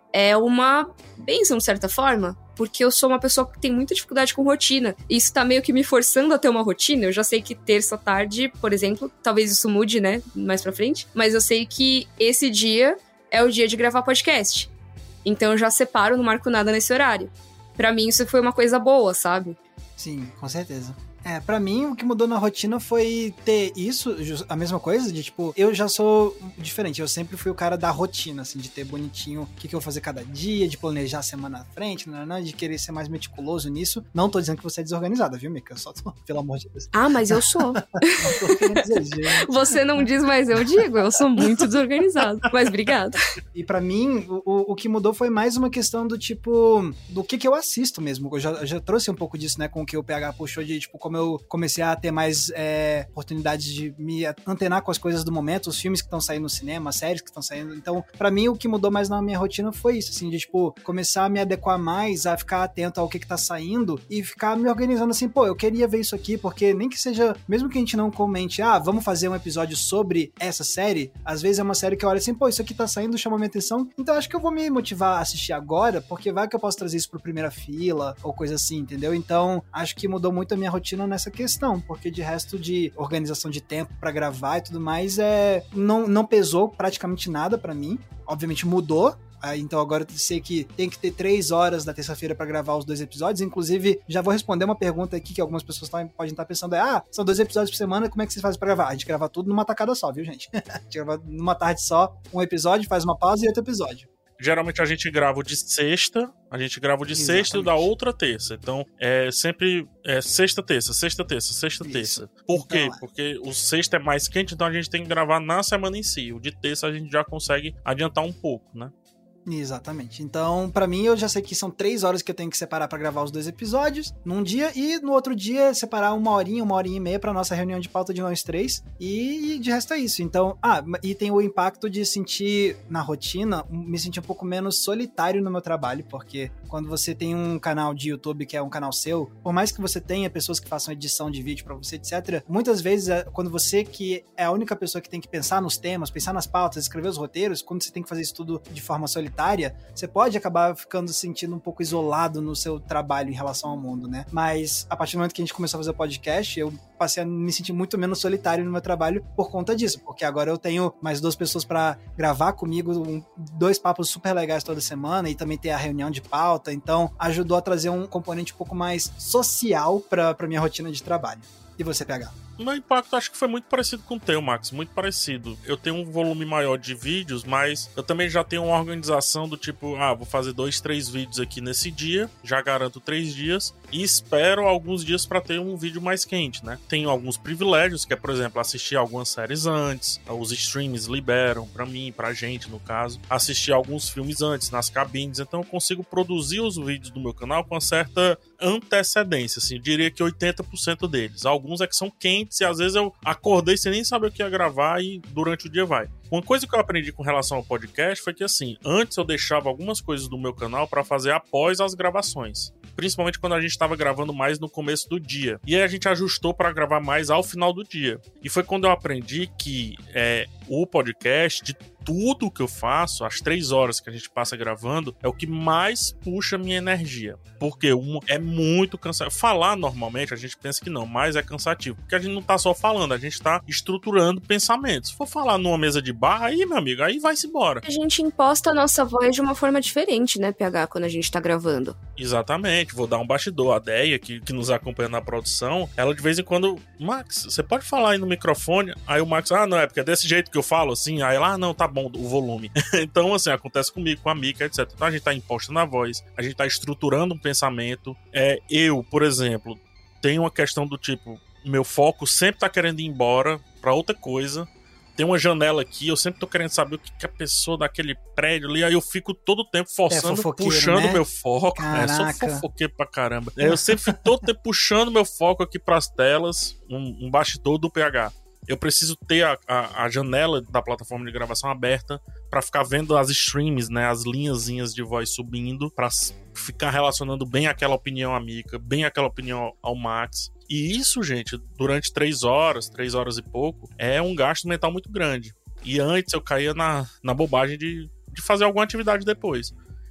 é uma bênção, de certa forma, porque eu sou uma pessoa que tem muita dificuldade com rotina. E isso tá meio que me forçando a ter uma rotina. Eu já sei que terça tarde, por exemplo, talvez isso mude, né, mais pra frente, mas eu sei que esse dia é o dia de gravar podcast. Então eu já separo, não marco nada nesse horário. Pra mim isso foi uma coisa boa, sabe? Sim, com certeza. É, pra mim, o que mudou na rotina foi ter isso, a mesma coisa, de tipo, eu já sou diferente, eu sempre fui o cara da rotina, assim, de ter bonitinho o que, que eu vou fazer cada dia, de planejar a semana à frente, não, não, de querer ser mais meticuloso nisso. Não tô dizendo que você é desorganizada, viu, Mika? Eu só tô, pelo amor de Deus. Ah, mas eu sou. Não tô querendo dizer, você não diz, mas eu digo, eu sou muito desorganizado, mas obrigada. E pra mim, o, o que mudou foi mais uma questão do tipo, do que que eu assisto mesmo. Eu já, eu já trouxe um pouco disso, né, com o que o P H puxou de, tipo, como eu comecei a ter mais é, oportunidades de me antenar com as coisas do momento, os filmes que estão saindo no cinema, as séries que estão saindo. Então, pra mim, o que mudou mais na minha rotina foi isso, assim, de, tipo, começar a me adequar mais, a ficar atento ao que que tá saindo e ficar me organizando assim, pô, eu queria ver isso aqui, porque nem que seja, mesmo que a gente não comente, ah, vamos fazer um episódio sobre essa série, às vezes é uma série que eu olho assim, pô, isso aqui tá saindo, chama minha atenção, então acho que eu vou me motivar a assistir agora, porque vai que eu posso trazer isso pro primeira fila, ou coisa assim, entendeu? Então, acho que mudou muito a minha rotina nessa questão, porque de resto de organização de tempo pra gravar e tudo mais, é, não, não pesou praticamente nnnada pra mim. Obviamente mudou, então agora eu sei que tem que ter três horas da terça-feira pra gravar os dois episódios. Inclusive, já vou responder uma pergunta aqui que algumas pessoas tá, podem estar pensando, é, ah, são dois episódios por semana, como é que vocês fazem pra gravar? A gente grava tudo numa tacada só, viu, gente? A gente grava numa tarde só, um episódio, faz uma pausa e outro episódio. Geralmente a gente grava o de sexta, a gente grava o de Exatamente. sexta e o da outra terça. Então, é sempre é sexta, terça, sexta, terça, sexta, Isso. terça. Por quê? Então, é. Porque o sexta é mais quente, então a gente tem que gravar na semana em si. O de terça a gente já consegue adiantar um pouco, né? Exatamente. Então, pra mim, eu já sei que são três horas que eu tenho que separar pra gravar os dois episódios num dia e no outro dia separar uma horinha, uma horinha e meia pra nossa reunião de pauta de nós três e, e de resto é isso. Então, ah, e tem o impacto de sentir na rotina, me sentir um pouco menos solitário no meu trabalho, porque quando você tem um canal de YouTube que é um canal seu, por mais que você tenha pessoas que façam edição de vídeo pra você, etcétera, muitas vezes, quando você que é a única pessoa que tem que pensar nos temas, pensar nas pautas, escrever os roteiros, quando você tem que fazer isso tudo de forma solitária, você pode acabar ficando se sentindo um pouco isolado no seu trabalho em relação ao mundo, né? Mas a partir do momento que a gente começou a fazer o podcast, eu passei a me sentir muito menos solitário no meu trabalho por conta disso, porque agora eu tenho mais duas pessoas para gravar comigo, um, dois papos super legais toda semana e também ter a reunião de pauta, então ajudou a trazer um componente um pouco mais social para pra minha rotina de trabalho. E você, P H? O meu impacto acho que foi muito parecido com o teu, Max, muito parecido. Eu tenho um volume maior de vídeos, mas eu também já tenho uma organização do tipo, ah, vou fazer dois, três vídeos aqui nesse dia, já garanto três dias, e espero alguns dias para ter um vídeo mais quente, né? Tenho alguns privilégios, que é, por exemplo, assistir algumas séries antes, os streams liberam pra mim, pra gente, no caso, assistir alguns filmes antes, nas cabines, então eu consigo produzir os vídeos do meu canal com uma certa antecedência, assim, eu diria que oitenta por cento deles. Alguns é que são quentes, e às vezes eu acordei sem nem saber o que ia gravar e durante o dia vai. Uma coisa que eu aprendi com relação ao podcast foi que, assim, antes eu deixava algumas coisas do meu canal para fazer após as gravações. Principalmente quando a gente estava gravando mais no começo do dia. E aí a gente ajustou para gravar mais ao final do dia. E foi quando eu aprendi que é, o podcast, de tudo que eu faço, as três horas que a gente passa gravando, é o que mais puxa minha energia. Porque um, é muito cansativo. Falar normalmente, a gente pensa que não, mas é cansativo. Porque a gente não tá só falando, a gente tá estruturando pensamentos. Se for falar numa mesa de bar, aí, meu amigo, aí vai-se embora. A gente imposta a nossa voz de uma forma diferente, né, P H, quando a gente tá gravando. Exatamente. Vou dar um bastidor. A Deia, que, que nos acompanha na produção, ela de vez em quando, Max, você pode falar aí no microfone? Aí o Max, ah, não, é porque é desse jeito que eu falo, assim. Aí ela, ah, não, tá bom, o volume. Então, assim, acontece comigo, com a Mika, etcétera. Então a gente tá imposta na voz, a gente tá estruturando um pensamento. É, eu, por exemplo, tenho uma questão do tipo, meu foco sempre tá querendo ir embora pra outra coisa. Tem uma janela aqui, eu sempre tô querendo saber o que, que a pessoa daquele prédio ali, aí eu fico todo o tempo forçando, é puxando né? meu foco. Caraca. É, sou fofoqueiro pra caramba. É, eu sempre fico todo o tempo puxando meu foco aqui pras telas, um, um bastidor do P H. Eu preciso ter a, a, a janela da plataforma de gravação aberta para ficar vendo as streams, né, as linhazinhas de voz subindo, para ficar relacionando bem aquela opinião à Mika, bem aquela opinião ao Max. E isso, gente, durante três horas, três horas e pouco, é um gasto mental muito grande. E antes eu caía na, na bobagem de, de fazer alguma atividade depois.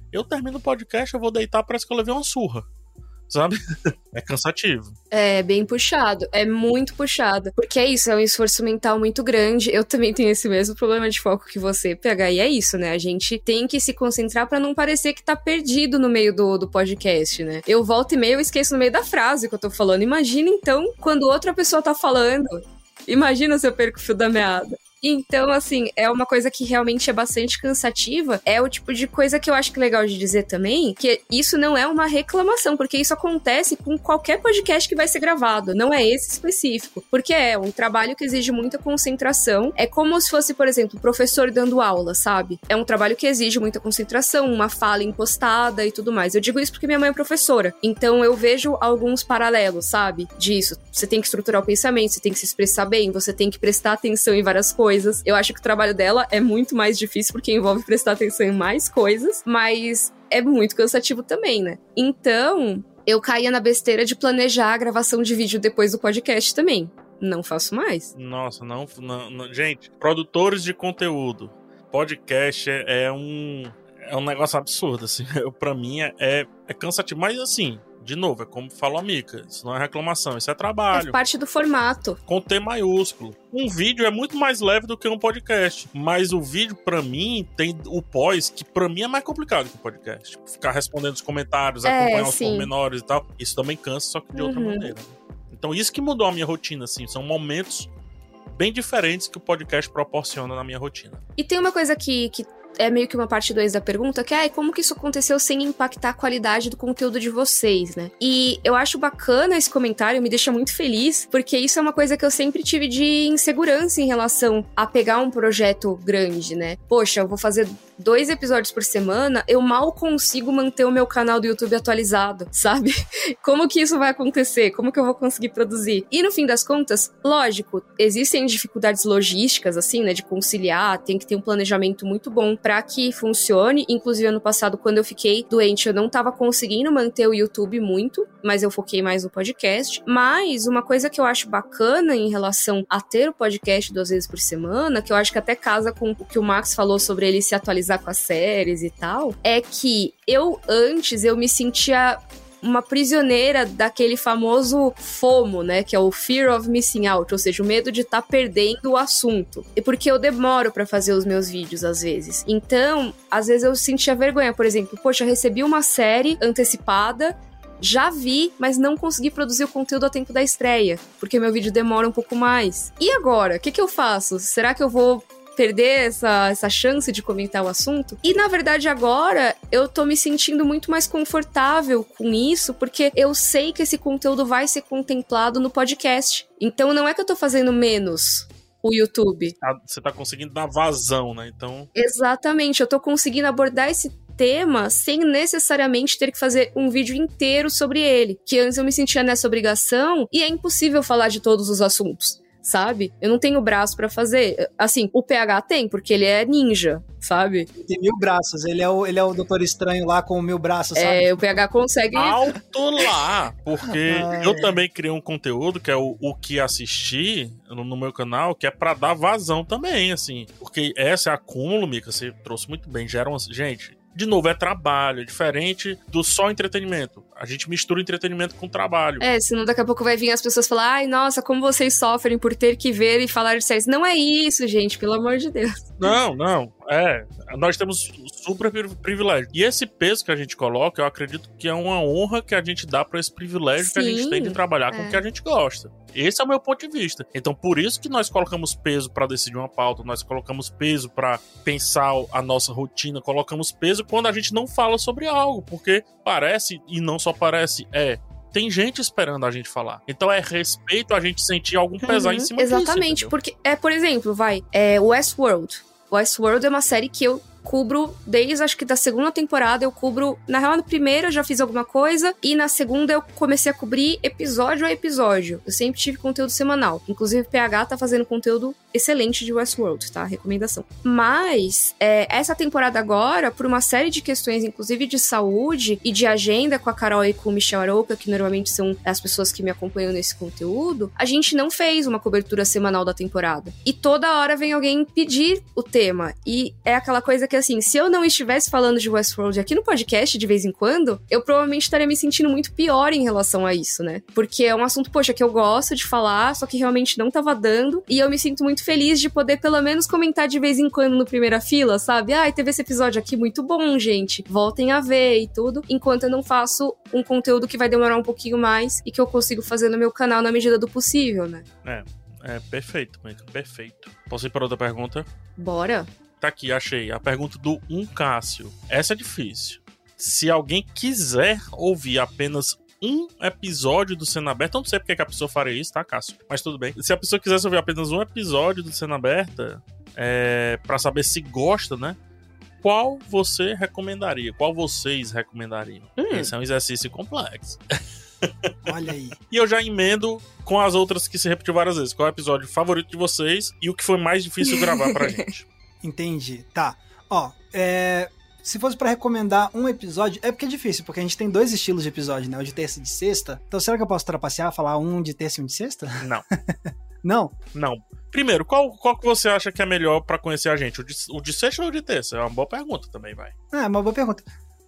Eu termino o podcast, eu vou deitar, parece que eu levei uma surra. Sabe? É cansativo. É bem puxado, é muito puxado. Porque é isso, é um esforço mental muito grande. Eu também tenho esse mesmo problema de foco que você, P H, e é isso, né? A gente tem que se concentrar pra não parecer que tá perdido no meio do, do podcast, né? Eu volto e meio, eu esqueço no meio da frase que eu tô falando. Imagina, então, quando outra pessoa tá falando. Imagina se eu perco o fio da meada. Então, assim, é uma coisa que realmente é bastante cansativa. É o tipo de coisa que eu acho que é legal de dizer também, que isso não é uma reclamação, porque isso acontece com qualquer podcast que vai ser gravado, não é esse específico. Porque é um trabalho que exige muita concentração. É como se fosse, por exemplo, um professor dando aula, sabe? É um trabalho que exige muita concentração, uma fala impostada e tudo mais. Eu digo isso porque minha mãe é professora. Então, eu vejo alguns paralelos, sabe? Disso. Você tem que estruturar o pensamento, você tem que se expressar bem, você tem que prestar atenção em várias coisas. Coisas. Eu acho que o trabalho dela é muito mais difícil porque envolve prestar atenção em mais coisas, mas é muito cansativo também, né? Então, eu caía na besteira de planejar a gravação de vídeo depois do podcast também. Não faço mais. Nossa, não... não, não gente, produtores de conteúdo, podcast é, é um... é um negócio absurdo, assim. Eu, pra mim é, é, é cansativo, mas assim... De novo, é como falou a Mika, isso não é reclamação, isso é trabalho. É parte do formato. Com T maiúsculo. Um vídeo é muito mais leve do que um podcast, mas o vídeo, pra mim, tem o pós, que pra mim é mais complicado que o podcast. Tipo, ficar respondendo os comentários, é, acompanhar sim. os pormenores e tal, isso também cansa, só que de outra uhum. maneira. Então isso que mudou a minha rotina, assim, são momentos bem diferentes que o podcast proporciona na minha rotina. E tem uma coisa que... que... é meio que uma parte dois da pergunta, que é ah, como que isso aconteceu sem impactar a qualidade do conteúdo de vocês, né? E eu acho bacana esse comentário, me deixa muito feliz, porque isso é uma coisa que eu sempre tive de insegurança em relação a pegar um projeto grande, né? Poxa, eu vou fazer dois episódios por semana, eu mal consigo manter o meu canal do YouTube atualizado, sabe? Como que isso vai acontecer? Como que eu vou conseguir produzir? E no fim das contas, lógico, existem dificuldades logísticas, assim, né? De conciliar, tem que ter um planejamento muito bom para que funcione. Inclusive, ano passado, quando eu fiquei doente, eu não tava conseguindo manter o YouTube muito, mas eu foquei mais no podcast. Mas uma coisa que eu acho bacana em relação a ter o podcast duas vezes por semana, que eu acho que até casa com o que o Max falou sobre ele se atualizar com as séries e tal, é que eu, antes, eu me sentia uma prisioneira daquele famoso FOMO, né, que é o Fear of Missing Out, ou seja, o medo de estar tá perdendo o assunto. E porque eu demoro pra fazer os meus vídeos, às vezes. Então, às vezes eu sentia vergonha, por exemplo, poxa, eu recebi uma série antecipada, já vi, mas não consegui produzir o conteúdo a tempo da estreia, porque meu vídeo demora um pouco mais. E agora? O que que eu faço? Será que eu vou perder essa, essa chance de comentar o assunto? E, na verdade, agora eu tô me sentindo muito mais confortável com isso, porque eu sei que esse conteúdo vai ser contemplado no podcast. Então, não é que eu tô fazendo menos o YouTube. Você tá conseguindo dar vazão, né? Então... Exatamente, eu tô conseguindo abordar esse tema sem necessariamente ter que fazer um vídeo inteiro sobre ele. Que antes eu me sentia nessa obrigação e é impossível falar de todos os assuntos, sabe? Eu não tenho braço pra fazer. Assim, o P H tem, porque ele é ninja, sabe? Tem mil braços. Ele é o, ele é o Doutor Estranho lá com mil braços, sabe? É, o P H consegue... Alto lá! Porque eu também criei um conteúdo, que é o, o que assistir no, no meu canal, que é pra dar vazão também, assim. Porque essa é acúmulo, Mika, você trouxe muito bem. Gera uma... Gente... De novo, é trabalho, é diferente do só entretenimento. A gente mistura entretenimento com trabalho. É, senão daqui a pouco vai vir as pessoas falar, ai, nossa, como vocês sofrem por ter que ver e falar de séries. Não é isso, gente, pelo amor de Deus. Não, não, é. Nós temos super privilégio. E esse peso que a gente coloca, eu acredito que é uma honra que a gente dá pra esse privilégio Sim, que a gente tem de trabalhar é. com o que a gente gosta. Esse é o meu ponto de vista. Então, por isso que nós colocamos peso pra decidir uma pauta, nós colocamos peso pra pensar a nossa rotina, colocamos peso quando a gente não fala sobre algo, porque parece, e não só parece, é... Tem gente esperando a gente falar. Então é respeito a gente sentir algum pesar uhum, em cima exatamente, disso. Exatamente, porque, é, por exemplo, vai, é Westworld. Westworld é uma série que eu cubro desde, acho que da segunda temporada, eu cubro... Na real, na primeira eu já fiz alguma coisa, e na segunda eu comecei a cobrir episódio a episódio. Eu sempre tive conteúdo semanal. Inclusive, o P H tá fazendo conteúdo excelente de Westworld, tá? Recomendação. Mas, é, essa temporada agora, por uma série de questões, inclusive de saúde e de agenda com a Carol e com o Michel Arouca, que normalmente são as pessoas que me acompanham nesse conteúdo, a gente não fez uma cobertura semanal da temporada. E toda hora vem alguém pedir o tema. E é aquela coisa que, assim, se eu não estivesse falando de Westworld aqui no podcast de vez em quando, eu provavelmente estaria me sentindo muito pior em relação a isso, né? Porque é um assunto, poxa, que eu gosto de falar, só que realmente não tava dando, e eu me sinto muito feliz de poder pelo menos comentar de vez em quando no Primeira Fila, sabe? Ai, teve esse episódio aqui muito bom, gente. Voltem a ver e tudo, enquanto eu não faço um conteúdo que vai demorar um pouquinho mais e que eu consigo fazer no meu canal na medida do possível, né? É, é perfeito, Mika, perfeito. Posso ir para outra pergunta? Bora. Tá aqui, achei. A pergunta do um Cássio. Essa é difícil. Se alguém quiser ouvir apenas um episódio do Cena Aberta, eu não sei porque que a pessoa faria isso, tá, Cássio? Mas tudo bem. Se a pessoa quisesse ouvir apenas um episódio do Cena Aberta, é, pra saber se gosta, né? Qual você recomendaria? Qual vocês recomendariam? Hum. Esse é um exercício complexo. Olha aí. E eu já emendo com as outras que se repetiu várias vezes. Qual é o episódio favorito de vocês e o que foi mais difícil gravar pra gente? Entendi. Tá. Ó, é... se fosse pra recomendar um episódio, é porque é difícil, porque a gente tem dois estilos de episódio, né? O de terça e de sexta. Então será que eu posso trapacear, falar um de terça e um de sexta? Não. Não? Não. Primeiro, qual, qual que você acha que é melhor pra conhecer a gente? O de, o de sexta ou o de terça? É uma boa pergunta também, vai. Ah, é uma boa pergunta.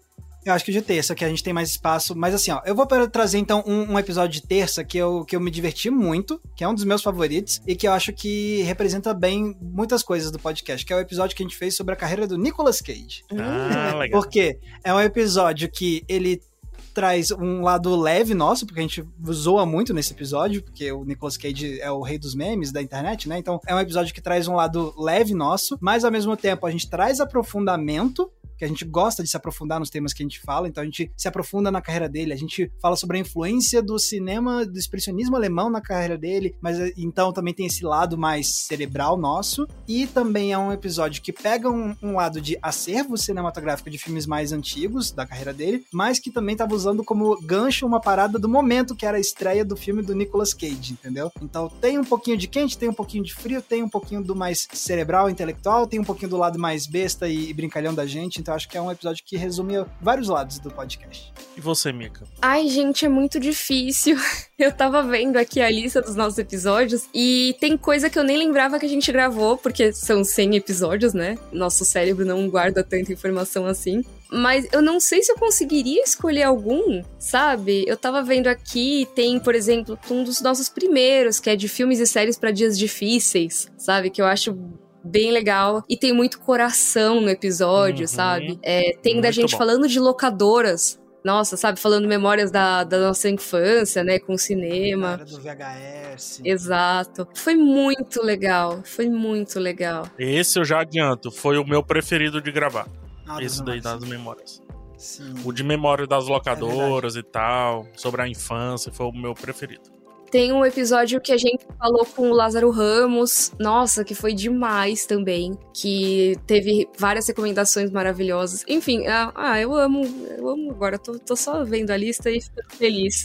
Eu acho que o de terça, que a gente tem mais espaço. Mas assim, ó, eu vou trazer então um, um episódio de terça que eu, que eu me diverti muito, que é um dos meus favoritos, e que eu acho que representa bem muitas coisas do podcast, que é o episódio que a gente fez sobre a carreira do Nicolas Cage. Ah, legal. Porque é um episódio que ele traz um lado leve nosso, porque a gente zoa muito nesse episódio, porque o Nicolas Cage é o rei dos memes da internet, né? Então é um episódio que traz um lado leve nosso, mas ao mesmo tempo a gente traz aprofundamento, que a gente gosta de se aprofundar nos temas que a gente fala, então a gente se aprofunda na carreira dele, a gente fala sobre a influência do cinema, do expressionismo alemão na carreira dele, mas então também tem esse lado mais cerebral nosso, e também é um episódio que pega um, um lado de acervo cinematográfico de filmes mais antigos da carreira dele, mas que também estava usando como gancho uma parada do momento, que era a estreia do filme do Nicolas Cage, entendeu? Então tem um pouquinho de quente, tem um pouquinho de frio, tem um pouquinho do mais cerebral, intelectual, tem um pouquinho do lado mais besta e, e brincalhão da gente, então acho que é um episódio que resume vários lados do podcast. E você, Mika? Ai, gente, é muito difícil. Eu tava vendo aqui a lista dos nossos episódios e tem coisa que eu nem lembrava que a gente gravou, porque são cem episódios, né? Nosso cérebro não guarda tanta informação assim. Mas eu não sei se eu conseguiria escolher algum, sabe? Eu tava vendo aqui, tem, por exemplo, um dos nossos primeiros, que é de filmes e séries pra dias difíceis, sabe? Que eu acho bem legal. E tem muito coração no episódio, uhum. sabe? É, tem muito da gente bom. Falando de locadoras. Nossa, sabe? Falando memórias da, da nossa infância, né? Com o cinema. Era do V H S. Exato. Foi muito legal. Foi muito legal. Esse eu já adianto. Foi o meu preferido de gravar. Ah, Esse daí das memórias. Sim. O de memória das locadoras é e tal. Sobre a infância. Foi o meu preferido. Tem um episódio que a gente falou com o Lázaro Ramos, nossa, que foi demais também, que teve várias recomendações maravilhosas. Enfim, ah, eu amo, eu amo agora, tô, tô só vendo a lista e fico feliz.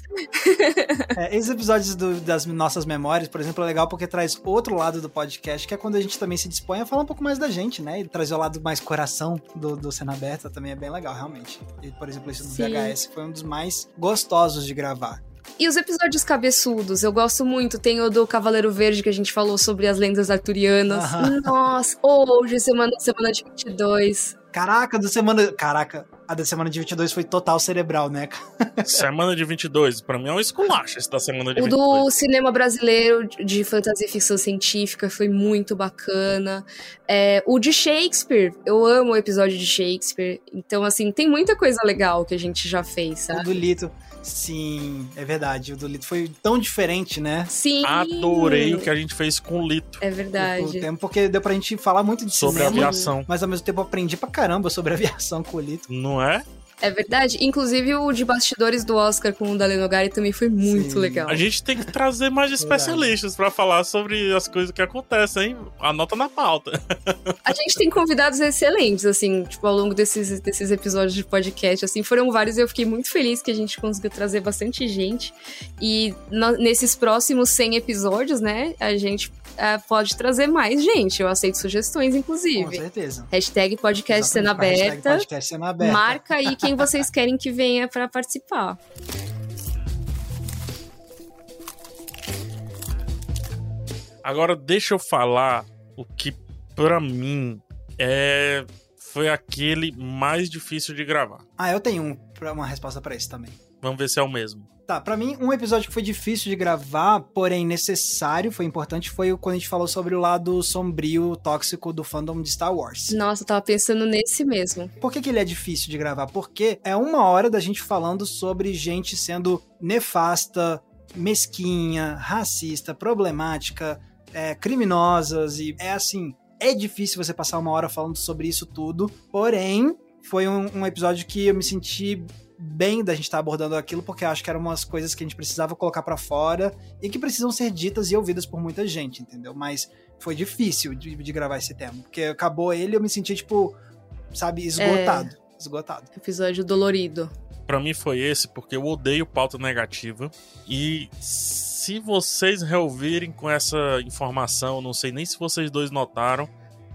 É, esses episódios do, das nossas memórias, por exemplo, é legal porque traz outro lado do podcast, que é quando a gente também se dispõe a falar um pouco mais da gente, né? E trazer o lado mais coração do, do Cena Aberta também é bem legal, realmente. E, por exemplo, esse do Sim. V H S foi um dos mais gostosos de gravar. E os episódios cabeçudos, eu gosto muito. Tem o do Cavaleiro Verde, que a gente falou sobre as lendas arturianas. Aham. Nossa, hoje, semana, semana de vinte e dois. Caraca, do semana... Caraca, a da semana de vinte e dois foi total cerebral, né? Semana de vinte e dois, pra mim é um esculacho esse da semana de o vinte e dois. O do cinema brasileiro de fantasia e ficção científica foi muito bacana. É, o de Shakespeare, eu amo o episódio de Shakespeare. Então, assim, tem muita coisa legal que a gente já fez, sabe? O do Lito. Sim, é verdade. O do Lito foi tão diferente, né? Sim. Adorei o que a gente fez com o Lito. É verdade. O tempo, porque deu pra gente falar muito de sobre cinema. Sobre aviação. Mas ao mesmo tempo eu aprendi pra caramba sobre aviação com o Lito. Não é? É verdade. Inclusive o de bastidores do Oscar com o Dale Nogari também foi muito Sim. legal. A gente tem que trazer mais especialistas pra falar sobre as coisas que acontecem, hein? Anota na pauta. A gente tem convidados excelentes, assim, tipo, ao longo desses, desses episódios de podcast, assim, foram vários e eu fiquei muito feliz que a gente conseguiu trazer bastante gente. E no, nesses próximos cem episódios, né, a gente uh, pode trazer mais gente. Eu aceito sugestões, inclusive. Com certeza. Hashtag podcast Cena Aberta. Hashtag podcast Cena Aberta. Marca aí quem vocês querem que venha pra participar. Agora deixa eu falar o que pra mim é foi aquele mais difícil de gravar. Ah, eu tenho um, uma resposta pra isso também. Vamos ver se é o mesmo. Tá, pra mim, um episódio que foi difícil de gravar, porém necessário, foi importante, foi quando a gente falou sobre o lado sombrio, tóxico do fandom de Star Wars. Nossa, eu tava pensando nesse mesmo. Por que que ele é difícil de gravar? Porque é uma hora da gente falando sobre gente sendo nefasta, mesquinha, racista, problemática, é, criminosas, e é assim, é difícil você passar uma hora falando sobre isso tudo, porém, foi um, um episódio que eu me senti bem da gente estar tá abordando aquilo, porque eu acho que eram umas coisas que a gente precisava colocar pra fora e que precisam ser ditas e ouvidas por muita gente, entendeu? Mas foi difícil de, de gravar esse tema, porque acabou ele e eu me senti, tipo, sabe, esgotado. É... Esgotado. Episódio dolorido. Pra mim foi esse, porque eu odeio pauta negativa. E se vocês reouvirem com essa informação, não sei nem se vocês dois notaram,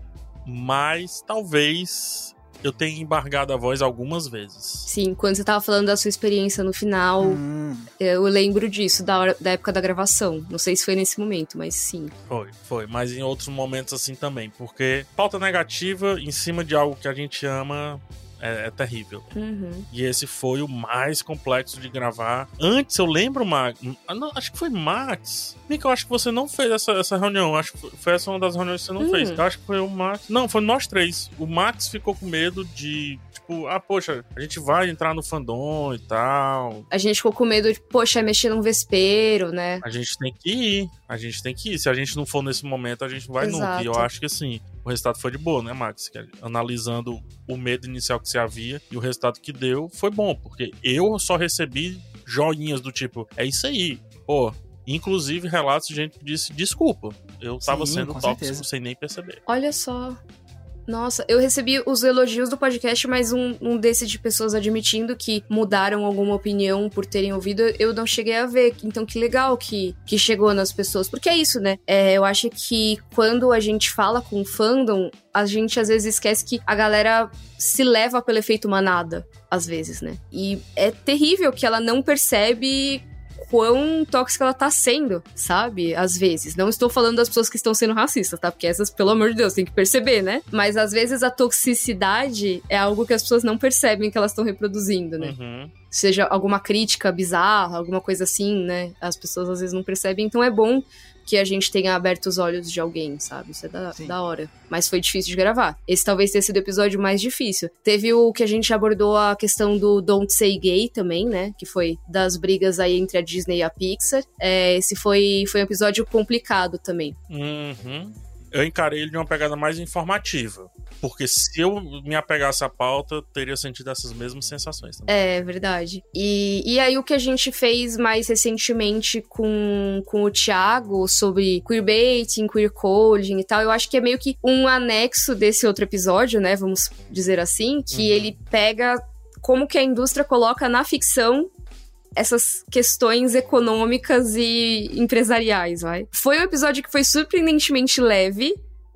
mas talvez eu tenha embargado a voz algumas vezes. Sim, quando você tava falando da sua experiência no final, hum. eu lembro disso, da, hora, da época da gravação. Não sei se foi nesse momento, mas sim. Foi, foi. Mas em outros momentos assim também. Porque pauta negativa em cima de algo que a gente ama... É, é terrível. Uhum. E esse foi o mais complexo de gravar. Antes, eu lembro, Max... Não, acho que foi Max. Mica, eu acho que você não fez essa, essa reunião. Acho que foi essa uma das reuniões que você não uhum. fez. Eu acho que foi o Max... Não, foi nós três. O Max ficou com medo de... Tipo, ah, poxa, a gente vai entrar no fandom e tal. A gente ficou com medo de, poxa, mexer num vespeiro, né? A gente tem que ir. A gente tem que ir. Se a gente não for nesse momento, a gente não vai Exato. nunca. E eu acho que, assim, o resultado foi de boa, né, Max? Que, analisando o medo inicial que se havia e o resultado que deu, foi bom. Porque eu só recebi joinhas do tipo, é isso aí. Pô, inclusive relatos de gente que disse, desculpa, eu tava Sim, sendo tóxico certeza. Sem nem perceber. Olha só... Nossa, eu recebi os elogios do podcast, mas um, um desses de pessoas admitindo que mudaram alguma opinião por terem ouvido, eu não cheguei a ver. Então, que legal que, que chegou nas pessoas. Porque é isso, né? É, eu acho que quando a gente fala com o fandom, a gente às vezes esquece que a galera se leva pelo efeito manada, às vezes, né? E é terrível que ela não percebe... quão tóxica ela tá sendo, sabe? Às vezes. Não estou falando das pessoas que estão sendo racistas, tá? Porque essas, pelo amor de Deus, tem que perceber, né? Mas às vezes a toxicidade é algo que as pessoas não percebem que elas estão reproduzindo, né? Uhum. Seja alguma crítica bizarra, alguma coisa assim, né? As pessoas às vezes não percebem. Então é bom que a gente tenha aberto os olhos de alguém, sabe? Isso é da, da hora. Mas foi difícil de gravar. Esse talvez tenha sido o episódio mais difícil. Teve o que a gente abordou, a questão do Don't Say Gay também, né? Que foi das brigas aí entre a Disney e a Pixar. É, esse foi, foi um episódio complicado também. Uhum. Eu encarei ele de uma pegada mais informativa. Porque se eu me apegasse à pauta, eu teria sentido essas mesmas sensações também. É, verdade. E, e aí o que a gente fez mais recentemente com, com o Thiago sobre queerbaiting, queer coding e tal, eu acho que é meio que um anexo desse outro episódio, né? Vamos dizer assim, que uhum. ele pega como que a indústria coloca na ficção essas questões econômicas e empresariais, vai. Foi um episódio que foi surpreendentemente leve,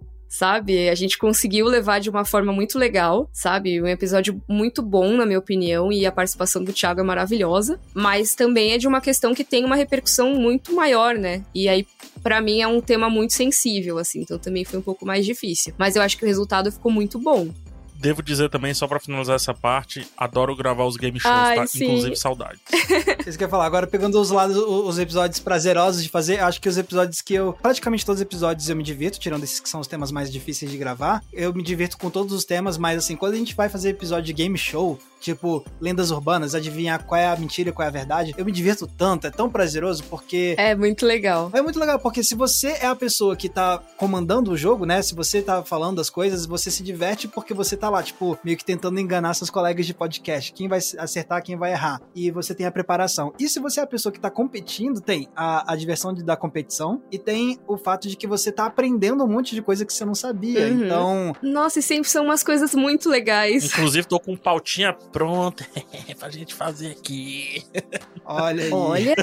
sabe? A gente conseguiu levar de uma forma muito legal, sabe? Um episódio muito bom, na minha opinião, e a participação do Thiago é maravilhosa, mas também é de uma questão que tem uma repercussão muito maior, né? E aí, pra mim, é um tema muito sensível, assim, então também foi um pouco mais difícil. Mas eu acho que o resultado ficou muito bom. Devo dizer também, só pra finalizar essa parte, adoro gravar os game shows, Ai, tá? sim. Inclusive, saudades. Isso que eu ia falar. Agora, pegando os lados, os episódios prazerosos de fazer, acho que os episódios que eu... Praticamente todos os episódios eu me divirto, tirando esses que são os temas mais difíceis de gravar. Eu me divirto com todos os temas, mas assim, quando a gente vai fazer episódio de game show, tipo, lendas urbanas, adivinhar qual é a mentira e qual é a verdade, eu me divirto tanto, é tão prazeroso, porque... É muito legal. É muito legal, porque se você é a pessoa que tá comandando o jogo, né, se você tá falando as coisas, você se diverte porque você tá lá, tipo, meio que tentando enganar seus colegas de podcast, quem vai acertar, quem vai errar, e você tem a preparação. E se você é a pessoa que tá competindo, tem a, a diversão de, da competição, e tem o fato de que você tá aprendendo um monte de coisa que você não sabia, uhum. Então... Nossa, e sempre são umas coisas muito legais. Inclusive, tô com pautinha pronta pra gente fazer aqui. Olha aí. Olha,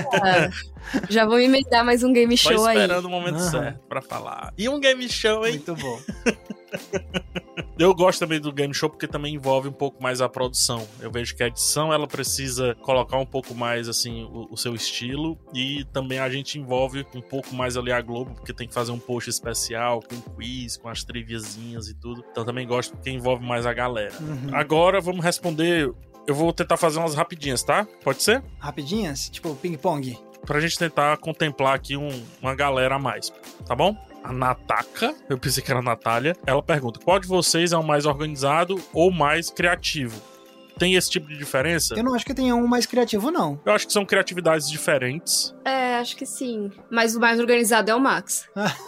já vou emendar mais um game show aí. Tô esperando aí. O momento uhum. certo pra falar. E um game show, hein? Muito bom. Eu gosto também do game show porque também envolve um pouco mais a produção. Eu vejo que a edição, ela precisa colocar um pouco mais, assim, o, o seu estilo, e também a gente envolve um pouco mais ali a Globo, porque tem que fazer um post especial com quiz, com as triviazinhas e tudo. Então também gosto porque envolve mais a galera. Uhum. Agora vamos responder... Eu vou tentar fazer umas rapidinhas, tá? Pode ser? Rapidinhas? Tipo ping-pong? Pra gente tentar contemplar aqui um, uma galera a mais, tá bom? A Nataka, eu pensei que era a Natália, ela pergunta: qual de vocês é o mais organizado ou mais criativo? Tem esse tipo de diferença? Eu não acho que tenha um mais criativo, não. Eu acho que são criatividades diferentes. É, acho que sim. Mas o mais organizado é o Max.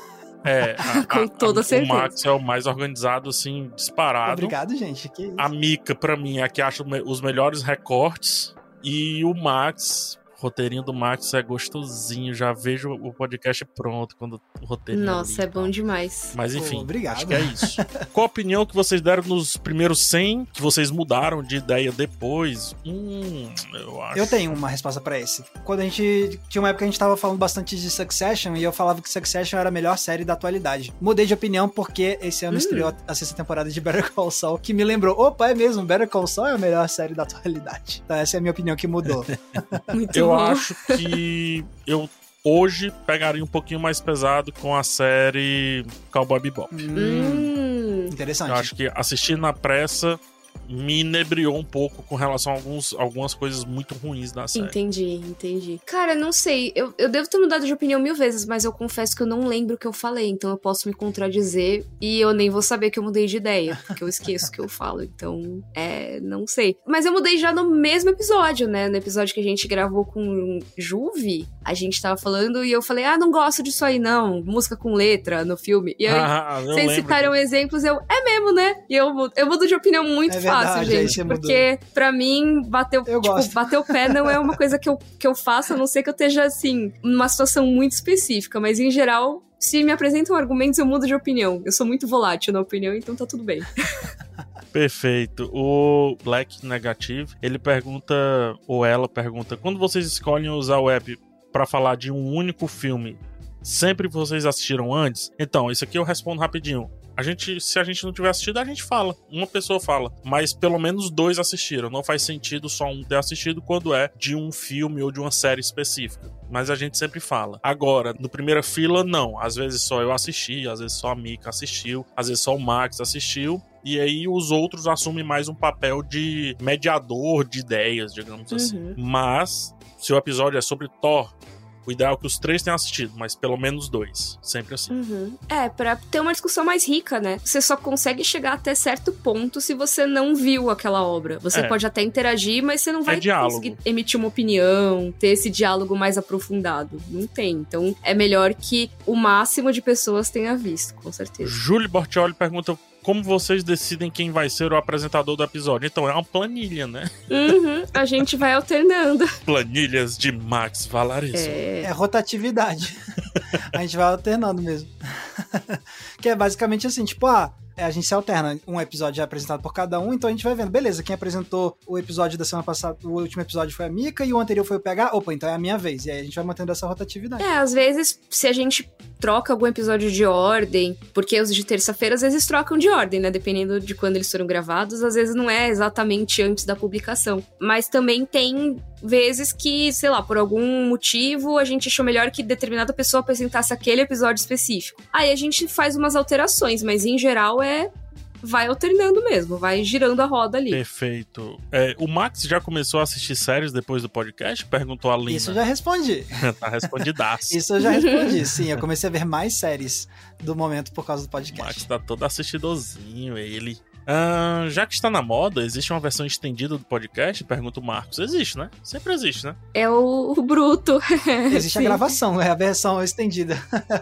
É, a, com toda a, certeza. O Max é o mais organizado, assim, disparado. Obrigado, gente. Que isso? A Mika, pra mim, é a que acha os melhores recortes. E o Max... O roteirinho do Max é gostosinho. Já vejo o podcast pronto quando o roteirinho... Nossa, ali, é bom demais. Mas enfim, Pô, obrigado. Acho que é isso. Qual a opinião que vocês deram nos primeiros cem, que vocês mudaram de ideia depois? Hum, eu acho... Eu tenho uma resposta pra esse. Quando a gente... Tinha uma época que a gente tava falando bastante de Succession, e eu falava que Succession era a melhor série da atualidade. Mudei de opinião porque esse ano hum. estreou a sexta temporada de Better Call Saul, que me lembrou, opa, é mesmo, Better Call Saul é a melhor série da atualidade. Então essa é a minha opinião que mudou. Muito eu bom. acho que eu hoje pegaria um pouquinho mais pesado com a série Cowboy Bebop. Hum, interessante. Eu acho que assistir na pressa me inebriou um pouco com relação a alguns, algumas coisas muito ruins da série. Entendi, entendi. Cara, não sei, eu, eu devo ter mudado de opinião mil vezes, mas eu confesso que eu não lembro o que eu falei, então eu posso me contradizer e eu nem vou saber que eu mudei de ideia, porque eu esqueço o que eu falo, então, é, não sei. Mas eu mudei já no mesmo episódio, né, no episódio que a gente gravou com Juve, a gente tava falando e eu falei, ah, não gosto disso aí não, música com letra no filme, e aí, ah, vocês citaram que... exemplos, eu, é mesmo, né, e eu, eu mudo de opinião muito é fácil, verdade, gente, porque mudou. Pra mim, bater, tipo, bater o pé não é uma coisa que eu, que eu faço, a não ser que eu esteja, assim, numa situação muito específica, mas em geral, se me apresentam argumentos, eu mudo de opinião. Eu sou muito volátil na opinião, então tá tudo bem. Perfeito. O Black Negative, ele pergunta, ou ela pergunta, quando vocês escolhem usar o app pra falar de um único filme, sempre vocês assistiram antes? Então, isso aqui eu respondo rapidinho. A gente, se a gente não tiver assistido, a gente fala. Uma pessoa fala. Mas pelo menos dois assistiram. Não faz sentido só um ter assistido quando é de um filme ou de uma série específica. Mas a gente sempre fala. Agora, no primeira fila, não. Às vezes só eu assisti, às vezes só a Mika assistiu, às vezes só o Max assistiu. E aí os outros assumem mais um papel de mediador de ideias, digamos uhum. assim. Mas, se o episódio é sobre Thor, o ideal é que os três tenham assistido, mas pelo menos dois. Sempre assim. Uhum. É, pra ter uma discussão mais rica, né? Você só consegue chegar até certo ponto se você não viu aquela obra. Você é. pode até interagir, mas você não vai é conseguir emitir uma opinião, ter esse diálogo mais aprofundado. Não tem. Então, é melhor que o máximo de pessoas tenha visto, com certeza. Júlio Bortioli pergunta: como vocês decidem quem vai ser o apresentador do episódio? Então, é uma planilha, né? Uhum, a gente vai alternando. Planilhas de Max Valarezo. É, é rotatividade. A gente vai alternando mesmo. Que é basicamente assim, tipo, ah, a gente se alterna, um episódio é apresentado por cada um, então a gente vai vendo, beleza, quem apresentou o episódio da semana passada, o último episódio foi a Mika e o anterior foi o P H, opa, então é a minha vez, e aí a gente vai mantendo essa rotatividade. É, às vezes, se a gente troca algum episódio de ordem, porque os de terça-feira às vezes trocam de ordem, né, dependendo de quando eles foram gravados, às vezes não é exatamente antes da publicação, mas também tem vezes que, sei lá, por algum motivo a gente achou melhor que determinada pessoa apresentasse aquele episódio específico. Aí a gente faz umas alterações, mas em geral é vai alternando mesmo, vai girando a roda ali. Perfeito. É, o Max já começou a assistir séries depois do podcast? Perguntou a Lina. Isso eu já respondi. Tá respondidaço. Isso eu já respondi, sim. Eu comecei a ver mais séries do momento por causa do podcast. O Max tá todo assistidorzinho, ele... Uh, já que está na moda, existe uma versão estendida do podcast? Pergunta o Marcos. Existe, né? Sempre existe, né? É o, o bruto. Existe a gravação, é a versão estendida.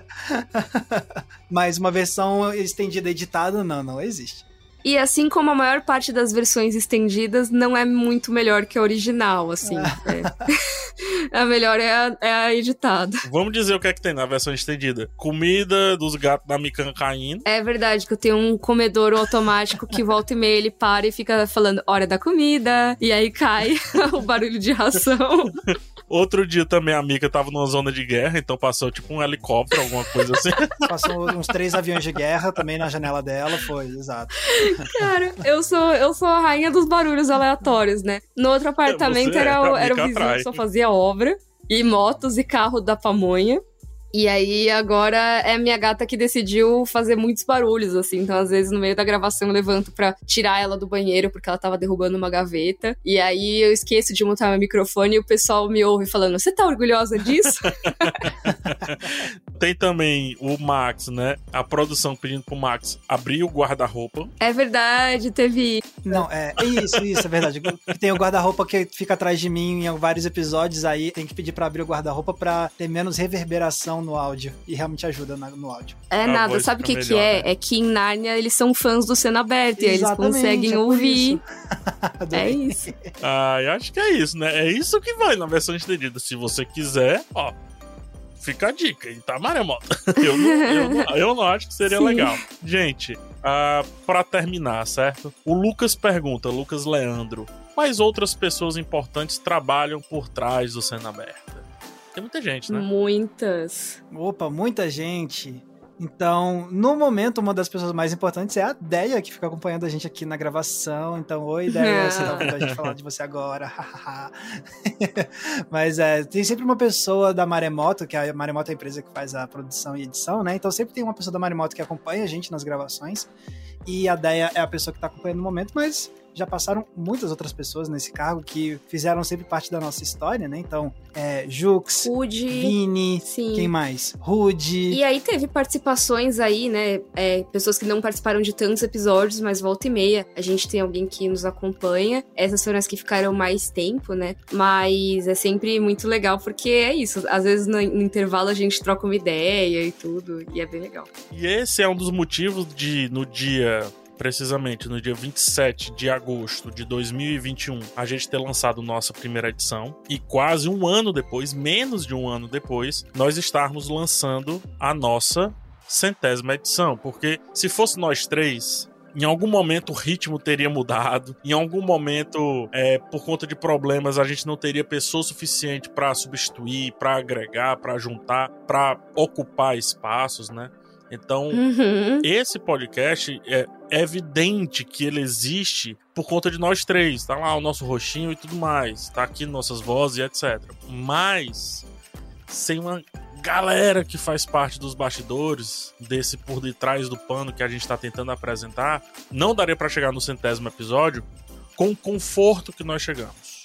Mas uma versão estendida editada, não, não existe. E assim como a maior parte das versões estendidas não é muito melhor que a original, assim. É. A melhor é a, é a editada. Vamos dizer o que é que tem na versão estendida. Comida dos gatos da Mikan caindo. É verdade que eu tenho um comedouro automático que volta e meia ele para e fica falando hora da comida. E aí cai o barulho de ração. Outro dia também a Mika tava numa zona de guerra, então passou tipo um helicóptero, alguma coisa assim. Passou uns três aviões de guerra também na janela dela, foi, exato. Cara, eu sou, eu sou a rainha dos barulhos aleatórios, né? No outro apartamento Você é, era, o, a era o Mika vizinho atrai. que só fazia obra, e motos e carro da pamonha. E aí, agora é a minha gata que decidiu fazer muitos barulhos, assim. Então, às vezes, no meio da gravação, eu levanto pra tirar ela do banheiro, porque ela tava derrubando uma gaveta. E aí, eu esqueço de montar meu microfone e o pessoal me ouve falando, você tá orgulhosa disso? Tem também o Max, né? A produção pedindo pro Max abrir o guarda-roupa. É verdade, teve... Não, é isso, isso, é verdade. Tem o guarda-roupa que fica atrás de mim em vários episódios, aí tem que pedir pra abrir o guarda-roupa pra ter menos reverberação no áudio, e realmente ajuda na, no áudio. É A nada, voz sabe o que fica que melhor, é? né? É que em Nárnia eles são fãs do Cena Aberta e aí eles Exatamente, conseguem é por ouvir. isso. É isso. Ah, eu acho que é isso, né? É isso que vai na versão estendida. Se você quiser, ó, fica a dica, e tá maremota. Eu não, eu, não, eu não acho que seria Sim. legal. Gente, ah, pra terminar, certo? O Lucas pergunta, Lucas Leandro, quais outras pessoas importantes trabalham por trás do Cena Aberta? Tem muita gente, né? Muitas. Opa, muita gente. Então, no momento, uma das pessoas mais importantes é a Deia, que fica acompanhando a gente aqui na gravação. Então, oi, Deia, você tá ouvindo a gente falar de você agora. Mas é, tem sempre uma pessoa da Maremoto, que a Maremoto é a empresa que faz a produção e edição, né? Então, sempre tem uma pessoa da Maremoto que acompanha a gente nas gravações. E a Deia é a pessoa que tá acompanhando no momento, mas já passaram muitas outras pessoas nesse cargo que fizeram sempre parte da nossa história, né? Então, é, Jux, Rude. Vini, Sim. quem mais? Rude. E aí teve participações aí, né? É, pessoas que não participaram de tantos episódios, mas volta e meia a gente tem alguém que nos acompanha. Essas foram as que ficaram mais tempo, né? Mas é sempre muito legal, porque é isso. Às vezes no, no intervalo a gente troca uma ideia e tudo, e é bem legal. E esse é um dos motivos de, no dia... precisamente no dia vinte e sete de agosto de dois mil e vinte e um, a gente ter lançado nossa primeira edição e quase um ano depois, menos de um ano depois, nós estarmos lançando a nossa centésima edição, porque se fosse nós três, em algum momento o ritmo teria mudado, em algum momento, é, por conta de problemas, a gente não teria pessoa suficiente para substituir, para agregar, para juntar, para ocupar espaços, né? Então, Uhum. esse podcast é evidente que ele existe por conta de nós três. Tá lá o nosso rostinho e tudo mais. Tá aqui nossas vozes e etcétera. Mas, sem uma galera que faz parte dos bastidores, desse por detrás do pano que a gente tá tentando apresentar, não daria pra chegar no centésimo episódio com o conforto que nós chegamos.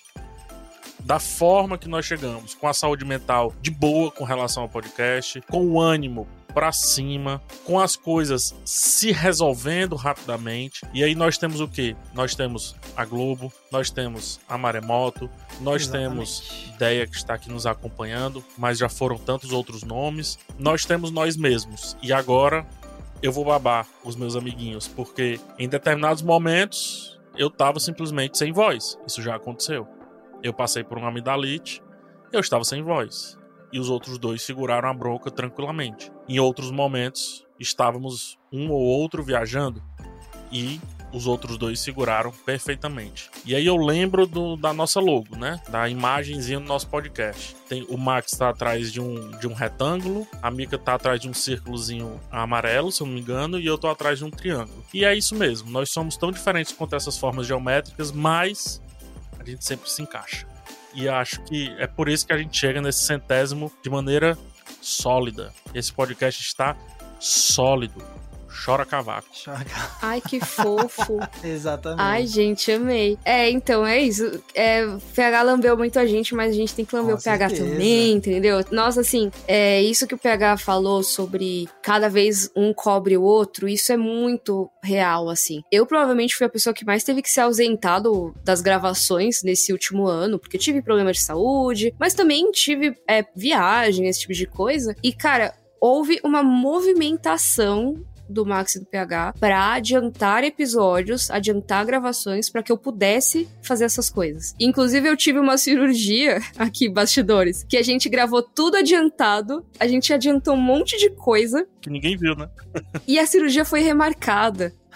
Da forma que nós chegamos, com a saúde mental de boa com relação ao podcast, com o ânimo pra cima, com as coisas se resolvendo rapidamente. E aí nós temos o quê? Nós temos a Globo, nós temos a Maremoto, nós Exatamente. temos Deia, que está aqui nos acompanhando, mas já foram tantos outros nomes. Nós temos nós mesmos. E agora eu vou babar os meus amiguinhos, porque em determinados momentos eu tava simplesmente sem voz. Isso já aconteceu. Eu passei por uma amidalite, eu estava sem voz. E os outros dois seguraram a bronca tranquilamente. Em outros momentos, estávamos um ou outro viajando e os outros dois seguraram perfeitamente. E aí eu lembro do, da nossa logo, né? Da imagenzinha do nosso podcast. Tem, o Max tá atrás de um, de um retângulo, a Mika tá atrás de um círculozinho amarelo, se eu não me engano, e eu tô atrás de um triângulo. E é isso mesmo, nós somos tão diferentes quanto essas formas geométricas, mas a gente sempre se encaixa. E acho que é por isso que a gente chega nesse centésimo de maneira sólida. Esse podcast está sólido. Chora cavaco. Ai, que fofo. Exatamente. Ai, gente, amei. É, então, é isso. É, o P H lambeu muito a gente, mas a gente tem que lamber Com o P H certeza. também, entendeu? Nossa, assim, é isso que o P H falou sobre cada vez um cobre o outro, isso é muito real, assim. Eu provavelmente fui a pessoa que mais teve que se ausentar do, das gravações nesse último ano, porque eu tive problema de saúde, mas também tive é, viagem, esse tipo de coisa. E, cara, houve uma movimentação do Max e do P H pra adiantar episódios, adiantar gravações pra que eu pudesse fazer essas coisas. Inclusive, eu tive uma cirurgia aqui, bastidores, que a gente gravou tudo adiantado, a gente adiantou um monte de coisa Que ninguém viu, né? e a cirurgia foi remarcada.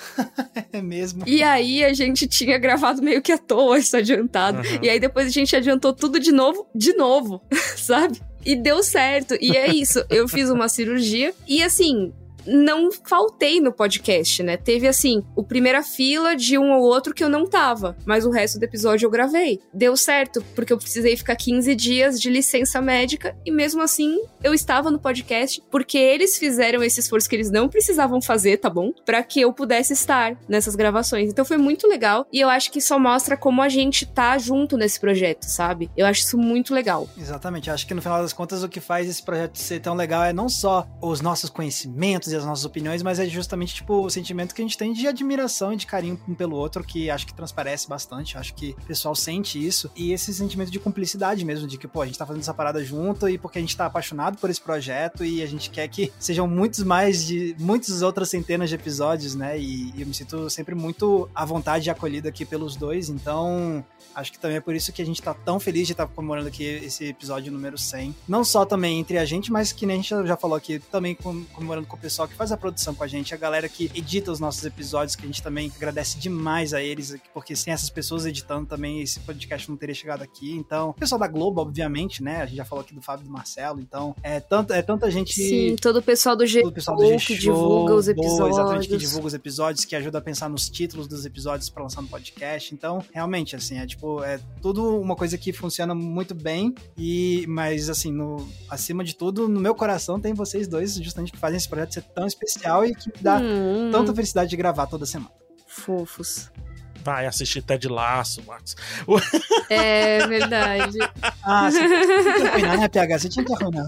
É mesmo. E aí a gente tinha gravado meio que à toa isso adiantado. Uhum. E aí depois a gente adiantou tudo de novo, de novo, sabe? E deu certo. E é isso, eu fiz uma cirurgia e assim... não faltei no podcast, né? Teve, assim, o primeira fila de um ou outro que eu não tava, mas o resto do episódio eu gravei. Deu certo, porque eu precisei ficar quinze dias de licença médica e mesmo assim eu estava no podcast, porque eles fizeram esse esforço que eles não precisavam fazer, tá bom? Pra que eu pudesse estar nessas gravações. Então foi muito legal e eu acho que só mostra como a gente tá junto nesse projeto, sabe? Eu acho isso muito legal. Exatamente, eu acho que no final das contas o que faz esse projeto ser tão legal é não só os nossos conhecimentos e as nossas opiniões, mas é justamente, tipo, o sentimento que a gente tem de admiração e de carinho um pelo outro, que acho que transparece bastante, acho que o pessoal sente isso, e esse sentimento de cumplicidade mesmo, de que, pô, a gente tá fazendo essa parada junto e porque a gente tá apaixonado por esse projeto e a gente quer que sejam muitos mais de, muitas outras centenas de episódios, né, e, e eu me sinto sempre muito à vontade e acolhido aqui pelos dois, então acho que também é por isso que a gente tá tão feliz de estar tá comemorando aqui esse episódio número cem, não só também entre a gente, mas que nem a gente já falou aqui, também comemorando com o pessoal que faz a produção com a gente, a galera que edita os nossos episódios, que a gente também agradece demais a eles, porque sem essas pessoas editando também esse podcast não teria chegado aqui. Então, o pessoal da Globo, obviamente, né? A gente já falou aqui do Fábio e do Marcelo, então é, tanto, é tanta gente... Sim, todo o pessoal do G show que divulga os episódios. Boa, exatamente, que divulga os episódios, que ajuda a pensar nos títulos dos episódios pra lançar no podcast. Então, realmente, assim, é tipo, é tudo uma coisa que funciona muito bem, e, mas assim, no, acima de tudo, no meu coração tem vocês dois, justamente que fazem esse projeto ser tão especial e que me dá hum. tanta felicidade de gravar toda semana. Fofos. Vai assistir Ted Lasso, Max. É verdade. Ah, você tinha que arruinar, né, P H? Você tinha que arruinar.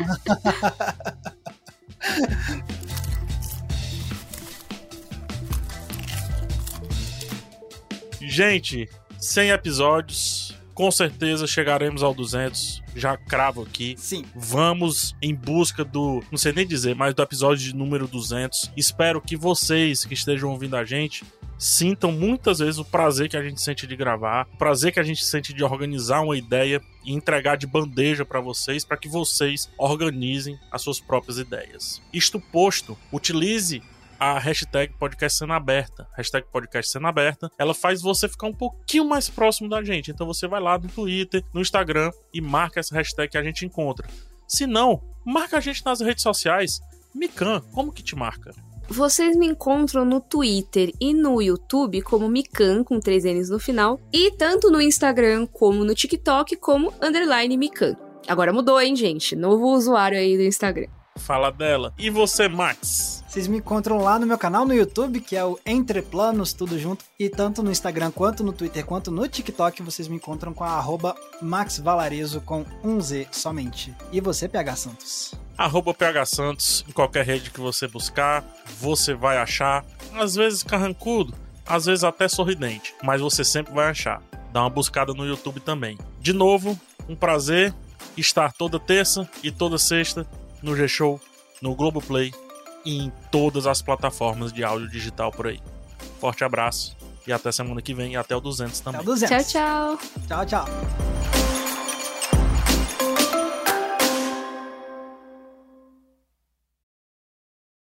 Gente, cem episódios, com certeza chegaremos ao duzentos. Já cravo aqui. Sim. Vamos em busca do, não sei nem dizer, mas do episódio de número duzentos. Espero que vocês que estejam ouvindo a gente sintam muitas vezes o prazer que a gente sente de gravar, o prazer que a gente sente de organizar uma ideia e entregar de bandeja para vocês, para que vocês organizem as suas próprias ideias. Isto posto, utilize a hashtag podcast cena aberta, hashtag podcast cena aberta, ela faz você ficar um pouquinho mais próximo da gente, então você vai lá no Twitter, no Instagram e marca essa hashtag que a gente encontra. Se não, marca a gente nas redes sociais. Mikan, como que te marca? Vocês me encontram no Twitter e no YouTube como Mikan, com três N's no final, e tanto no Instagram como no TikTok como underline Mikan. Agora mudou, hein, gente? Novo usuário aí do Instagram. Fala dela. E você, Max? Vocês me encontram lá no meu canal no YouTube, que é o Entre Planos, tudo junto. E tanto no Instagram, quanto no Twitter, quanto no TikTok, vocês me encontram com a arroba Max Valarezo com um Z somente. E você, P H Santos? Arroba P H Santos, em qualquer rede que você buscar, você vai achar. Às vezes carrancudo, às vezes até sorridente, mas você sempre vai achar. Dá uma buscada no YouTube também. De novo, um prazer estar toda terça e toda sexta no G-Show, no Globoplay e em todas as plataformas de áudio digital por aí. Forte abraço e até semana que vem e até o duzentos também. Até o duzentos. Tchau, tchau. Tchau, tchau.